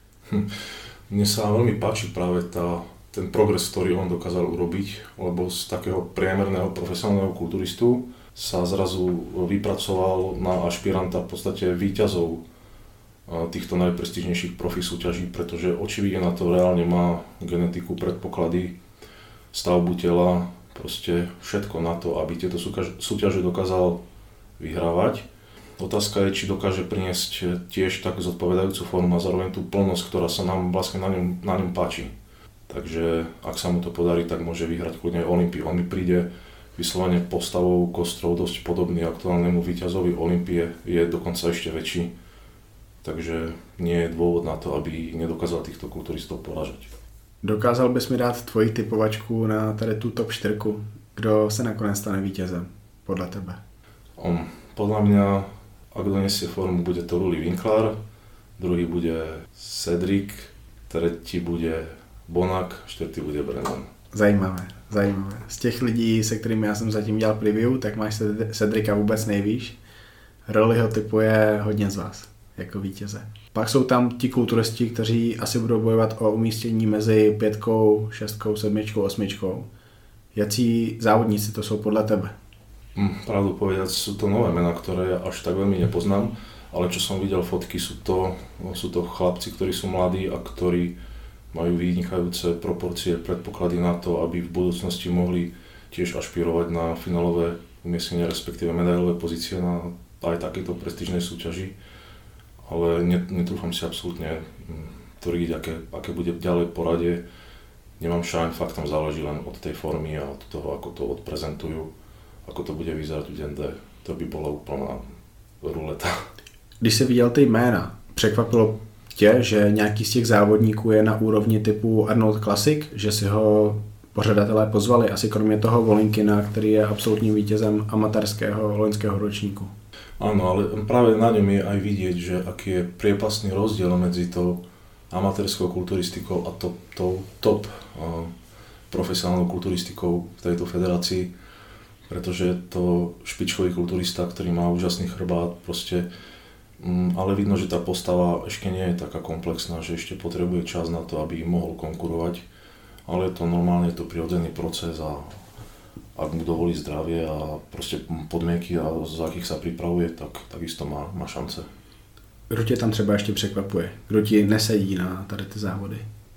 Mne sa veľmi páči práve ten progres, ktorý on dokázal urobiť, lebo z takého priemerného profesionálneho kulturistu sa zrazu vypracoval na ašpiranta v podstate víťazov týchto najprestížnejších profi súťaží, pretože očividne na to reálne má genetiku, predpoklady, stavbu tela, proste všetko na to, aby tieto súťaže dokázal vyhrávať. Otázka je, či dokáže priniesť tiež tak zodpovedajúcu formu a zároveň tú plnosť, ktorá sa nám vlastne na ňom páči. Takže ak sa mu to podarí, tak môže vyhrať kľudne Olympiu. On mi príde vyslovene postavou, kostrou dosť podobný aktuálnemu víťazovi Olympie, je dokonca ešte väčší. Takže nie je dôvod na to, aby nedokázal týchto kulturistov poražať. Dokázal bys mi dát tvoji typovačku na tady tu top 4? Kdo se nakonec stane vítězem, podle tebe? Podľa mňa, ak donesie formu, bude to Ruli Winkler, druhý bude Cedric, tretí bude Bonak, čtvrtý bude Brandon. Zajímavé. Z těch lidí, se kterými já jsem zatím dělal preview, tak máš Cedrica vůbec nejvíš. Roli ho typuje hodně z vás jako vítěze. Pak jsou tam ti kulturisti, kteří asi budou bojovat o umístění mezi 5, 6, 7, 8. Jací závodníci to jsou podle tebe? Pravdu povedať, sú to nové mená, ktoré až tak veľmi nepoznám, ale čo som videl fotky, sú to chlapci, ktorí sú mladí a ktorí majú vynikajúce proporcie, predpoklady na to, aby v budúcnosti mohli tiež ašpirovať na finálové umiestnenie, respektíve medailové pozície na aj takéto prestížnej súťaži. Ale netrúfam si absolútne tvrdiť, aké bude ďalej poradie. Nemám šajn, fakt tam záleží len od tej formy a od toho, ako to odprezentujú, ako to bude vyzerať v deň D. To by bola úplná ruleta. Když jsi viděl ty jména, překvapilo tě, že nějaký z těch závodníků je na úrovni typu Arnold Classic, že si ho pořadatelé pozvali, asi kromě toho Volinkina, který je absolutním vítězem amatérského loňského ročníku. Áno, ale práve na ňom je aj vidieť, že aký je priepastný rozdiel medzi tou amatérskou kulturistikou a top profesionálnou kulturistikou v tejto federácii, pretože je to špičkový kulturista, ktorý má úžasný chrbát, proste, ale vidno, že tá postava ešte nie je taká komplexná, že ešte potrebuje čas na to, aby mohol konkurovať, ale je to normálne, je to prirodzený proces a ak mu dovolí zdravie a proste podmienky, za akých sa pripravuje, tak takisto má šance. Kdo tě tam třeba ještě překvapuje? Kdo ti nesedí na tady ty závody?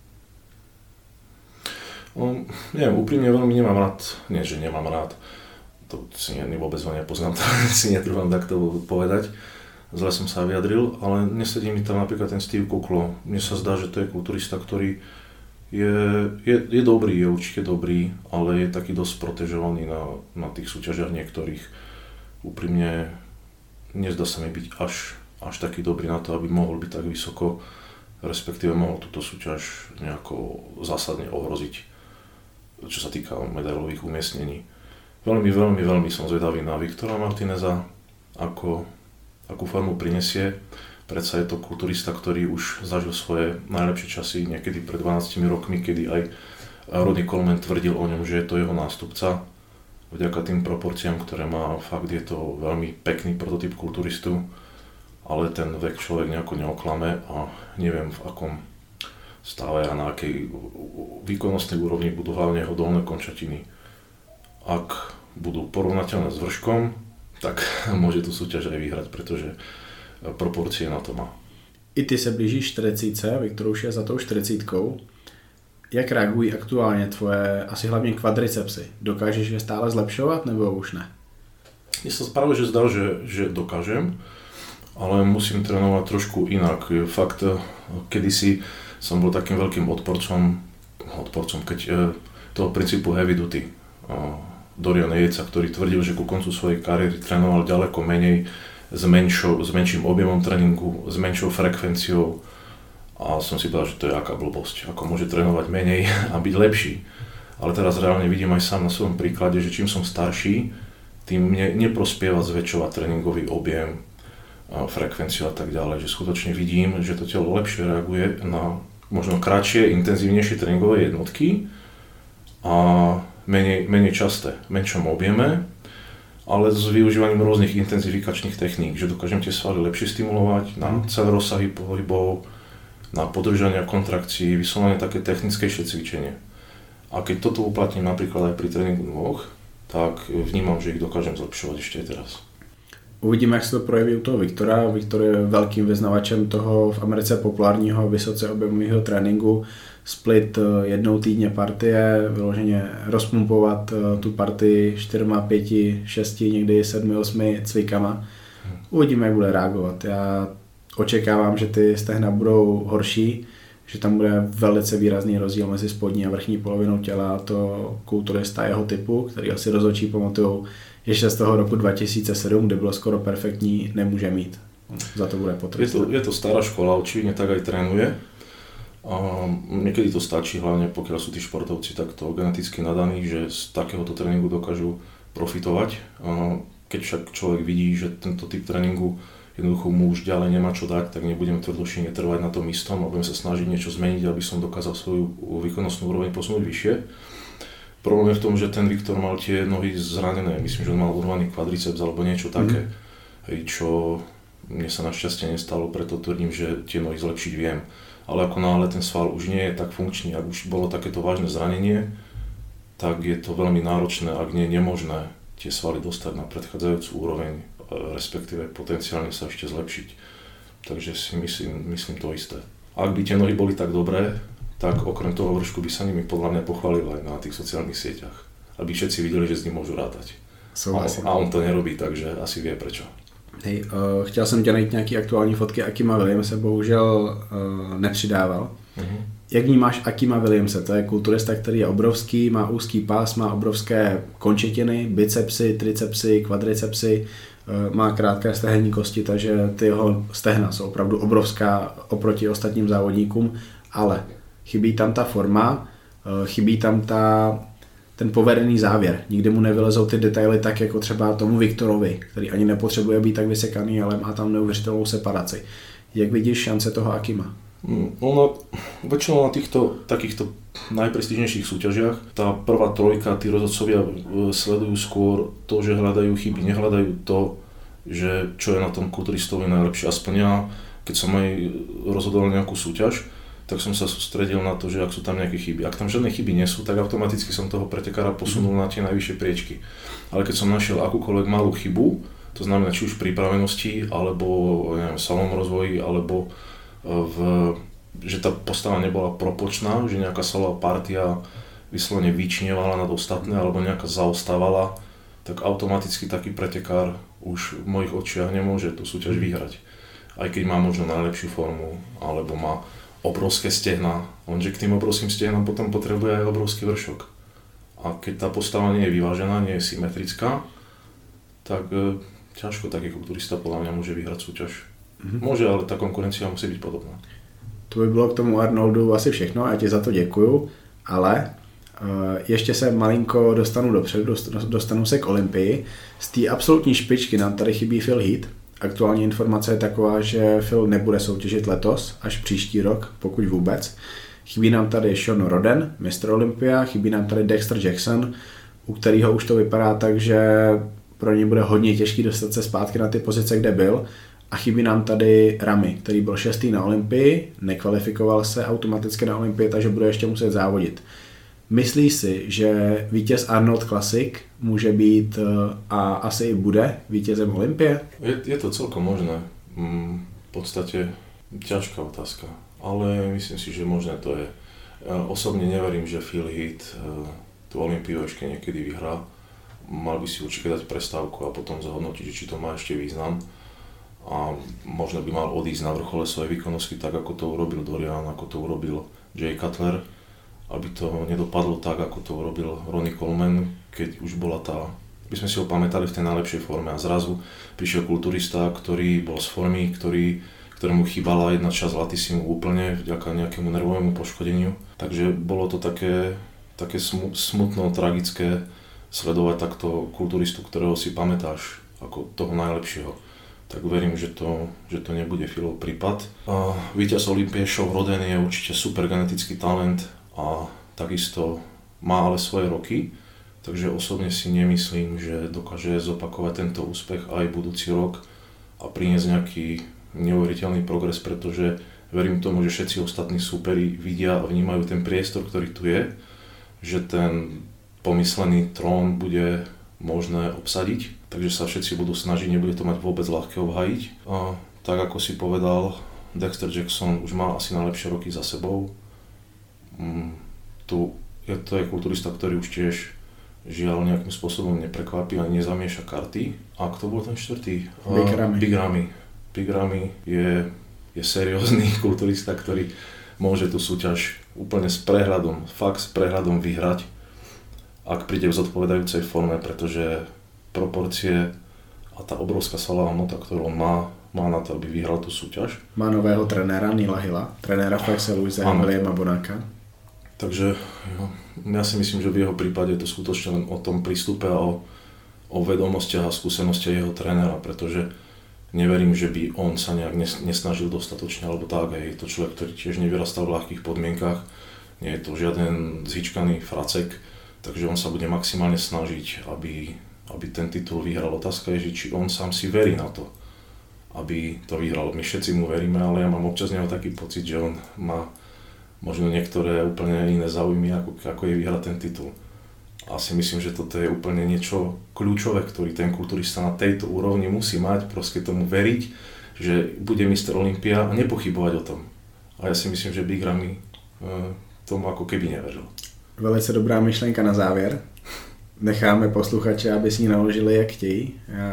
Neviem, úprimne veľmi nemám rád, nie že nemám rád, to si vôbec ho nepoznám, to si netrúfam takto povedať, zle som sa vyjadril, ale nesedí mi tam napríklad ten Steve Kuklo. Mne sa zdá, že to je kulturista, ktorý je dobrý, je určite dobrý, ale je taký dosť protežovaný na tých súťažiach niektorých. Úprimne nezdá sa mi byť až taký dobrý na to, aby mohol byť tak vysoko, respektíve mohol túto súťaž nejako zásadne ohroziť, čo sa týka medailových umiestnení. Veľmi som zvedavý na Viktora Martineza, akú formu prinesie. Predsa je to kulturista, ktorý už zažil svoje najlepšie časy niekedy pred 12 rokmi, kedy aj Ronnie Coleman tvrdil o ňom, že je to jeho nástupca. Vďaka tým proporciám, ktoré má, fakt je to veľmi pekný prototyp kulturistu, ale ten vek človek nejako neoklame a neviem v akom stave a na akej výkonnostnej úrovni budú hlavne jeho dolné končatiny. Ak budú porovnateľné s vrškom, tak môže tú súťaž aj vyhrať, pretože proporcie na to má. I ty se blížíš 40, Viktor už je za tou 40. Jak reagují aktuálně tvoje asi hlavně kvadricepsy? Dokážeš je stále zlepšovat nebo už ne? Mne sa práve že zdá, že dokážem, ale musím trénovať trošku inak. Fakt, kedysi som bol takým veľkým odporcom toho princípu heavy duty. Dorian Yatesa, ktorý tvrdil, že ku koncu svojej kariéry trénoval ďaleko menej, s menším objemom tréningu, s menšou frekvenciou a som si povedal, že to je aká blbosť, ako môže trénovať menej a byť lepší. Ale teraz reálne vidím aj sám na svojom príklade, že čím som starší, tým mne neprospieva zväčšovať tréningový objem, frekvenciu a tak ďalej, že skutočne vidím, že to telo lepšie reaguje na možno kratšie, intenzívnejšie tréningové jednotky a menej časté, v menšom objeme, ale s využívaním rôznych intenzifikačných techník, že dokážem tie svaly lepšie stimulovať na celé rozsahy pohybov, na podržania kontrakcií, vyslovene také technickejšie cvičenie. A keď toto uplatním napríklad aj pri tréningu nôh, tak vnímam, že ich dokážem zlepšovať ešte aj teraz. Uvidíme, jak se to projeví u toho Viktora. Viktor je velkým vyznavačem toho v Americe populárního vysoce objemového tréninku. Split jednou týdně partie, vyloženě rozpumpovat tu partii 4, 5, 6, někdy 7, 8 cvikama. Uvidíme, jak bude reagovat. Já očekávám, že ty stehna budou horší, že tam bude velice výrazný rozdíl mezi spodní a vrchní polovinou těla. To kulturista jeho typu, který asi rozhodčí pamatujou, ještě z toho roku 2007, kde bylo skoro perfektní, nemůže mít. Za to bude potrestat. Je to stará škola, očividne tak aj trénuje. A niekedy to stačí, hlavne pokiaľ sú tí športovci takto geneticky nadaní, že z takéhoto tréningu dokážu profitovať. A keď však človek vidí, že tento typ tréningu jednoducho mu už ďalej nemá čo dať, tak nebudem tvrdošine trvať na tom istom a budem sa snažiť niečo zmeniť, aby som dokázal svoju výkonnostnú úroveň posunúť vyššie. Problém je v tom, že ten Viktor mal tie nohy zranené, myslím, že on mal urvaný kvadriceps alebo niečo také, čo mne sa našťastie nestalo, preto tvrdím, že tie nohy zlepšiť viem. Ale ako náhle ten sval už nie je tak funkčný, ak už bolo takéto vážne zranenie, tak je to veľmi náročné, ak nie je nemožné tie svaly dostať na predchádzajúcu úroveň, respektíve potenciálne sa ešte zlepšiť. Takže si myslím to isté. Ak by tie nohy boli tak dobré, tak okrem toho vršku by sa nimi podľa mňa pochválil aj na tých sociálnych sieťach. aby všetci videli, že s ním môžu rátať. Souhlasím. A on to nerobí, takže asi vie prečo. Hej, chtěl jsem tě najít nějaký aktuální fotky Akima Williamse, bohužel nepřidával. Jak vnímáš Akima Williamse? To je kulturista, který je obrovský, má úzký pás, má obrovské končetiny, bicepsy, tricepsy, kvadricepsy, má krátké stehenní kosti, takže ty jeho stehna jsou opravdu obrovská oproti ostatním závodníkům, ale chybí tam ta forma, chybí tam ten povedený závěr. Nikdy mu nevylezou ty detaily tak, jako třeba tomu Viktorovi, který ani nepotřebuje být tak vysekaný, ale má tam neuvěřitelnou separaci. Jak vidíš šance toho Akima? Väčšinou na týchto takýchto najprestížnejších súťažiach tá prvá trojka, tí rozhodcovia sledujú skôr to, že hľadajú chyby, nehľadajú to, že čo je na tom kulturistovi najlepšie. Aspoň ja, keď som aj rozhodoval nejakú súťaž, tak som sa sústredil na to, že ak sú tam nejaké chyby. Ak tam žiadne chyby nie sú, tak automaticky som toho pretekára posunul na tie najvyššie priečky. Ale keď som našiel akúkoľvek malú chybu, to znamená či už v pripravenosti, alebo neviem, v salovom rozvoji, alebo že tá postava nebola propočná, že nejaká salová partia vyslovene vyčnievala nad ostatné alebo nejaká zaostávala, tak automaticky taký pretekár už v mojich očiach nemôže tú súťaž vyhrať. Aj keď má možno najlepšiu formu, alebo má obrovské stehná, lenže k tým obrovským stehnám potom potrebuje aj obrovský vršok. A keď tá postava nie je vyvážená, nie je symetrická, tak ťažko taký kulturista podľa mňa môže vyhrať súťaž. Môže, ale ta konkurencia musí být podobná. To by bylo k tomu Arnoldu asi všechno, já ti za to děkuju, ale ještě se malinko dostanu dopředu, dostanu se k Olympii. Z té absolutní špičky nám tady chybí Phil Heath. Aktuální informace je taková, že Phil nebude soutěžit letos, až příští rok, pokud vůbec. Chybí nám tady Sean Roden, mistr Olympia, chybí nám tady Dexter Jackson, u kterého už to vypadá tak, že pro ně bude hodně těžký dostat se zpátky na ty pozice, kde byl. A chybí nám tady Rami, který byl 6. na Olympii, nekvalifikoval se automaticky na Olympii, takže bude ještě muset závodit. Myslíš si, že vítěz Arnold Classic může být a asi i bude vítězem Olympie? Je to celkom možné. V podstate ťažká otázka, ale myslím si, že možné to je. Osobne neverím, že Phil Heath tú Olympiu ešte niekedy vyhrá. Mal by si určite dať prestávku a potom zhodnotiť, či to má ešte význam. A možno by mal odísť na vrchole svojej výkonnosti tak, ako to urobil Dorian, ako to urobil Jay Cutler, aby to nedopadlo tak, ako to urobil Ronnie Coleman, keď už bola tá, by sme si ho pamätali v tej najlepšej forme a zrazu prišiel kulturista, ktorý bol z formy, ktorému chýbala jedna časť latissimu úplne vďaka nejakému nervovému poškodeniu. Takže bolo to také smutno, tragické sledovať takto kulturistu, ktorého si pamätáš ako toho najlepšieho. Tak verím, že to nebude Philov prípad. Víťaz Olympie Sean Roden je určite super genetický talent a takisto má ale svoje roky, takže osobne si nemyslím, že dokáže zopakovať tento úspech aj budúci rok a priniesť nejaký neuveriteľný progres, pretože verím tomu, že všetci ostatní súperi vidia a vnímajú ten priestor, ktorý tu je, že ten pomyslený trón bude možné obsadiť, takže sa všetci budú snažiť, nebude to mať vôbec ľahké obhajiť. A tak ako si povedal, Dexter Jackson už má asi najlepšie roky za sebou. To je kulturista, ktorý už tiež žiaľ nejakým spôsobom neprekvapí a nezamieša karty. A kto bol ten štvrtý? Big Ramy. Big Ramy je seriózny kulturista, ktorý môže tú súťaž úplne s prehľadom vyhrať, ak príde v zodpovedajúcej forme, pretože proporcie a tá obrovská svalová hmota, ktorú on má na to, aby vyhral tú súťaž. Má nového trenéra Neila Hilla, trenéra v Excelu za Williama Bonaka. Takže ja si myslím, že v jeho prípade je to skutočne len o tom prístupe a o vedomostiach a skúsenostiach jeho trénera, pretože neverím, že by on sa nejak nesnažil dostatočne, alebo tak, je to človek, ktorý tiež nevyrastal v ľahkých podmienkach, nie je to žiaden zhičkaný fracek, takže on sa bude maximálne snažiť, aby ten titul vyhral. Otázka je, či on sám si verí na to, aby to vyhral. My všetci mu veríme, ale ja mám občas neho taký pocit, že on má možno niektoré úplne iné záujmy, ako je vyhrať ten titul. A si myslím, že toto je úplne niečo kľúčové, ktorý ten kulturista na tejto úrovni musí mať, proste tomu veriť, že bude Mr. Olympia a nepochybovať o tom. A ja si myslím, že Big Ramy tomu ako keby neveril. Velice dobrá myšlenka na závěr. necháme posluchače, aby si ji naložili, jak chtějí.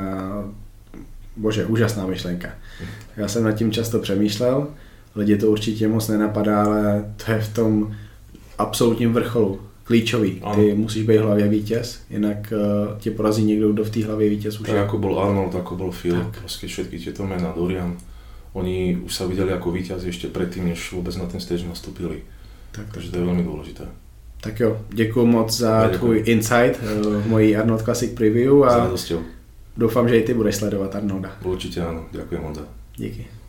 Bože, úžasná myšlenka. Já jsem nad tím často přemýšlel, lidi to určitě moc nenapadá, ale to je v tom absolutním vrcholu. Klíčový. Ty musíš být v hlavě vítěz, jinak tě porazí někdo, kdo v té hlavě vítěz už je. Tak ako bol Arnold, ako bol Phil, proste všetky tieto mená, Dorian, oni už sa videli ako víťazi ešte predtým, než vôbec na ten stage nastúpili. Takže to je veľmi dôležité. Tak jo, děkuji moc za tvůj insight v mojí Arnold Classic preview a doufám, že i ty budeš sledovat Arnolda. Určite áno, ďakujem Honza. Díky.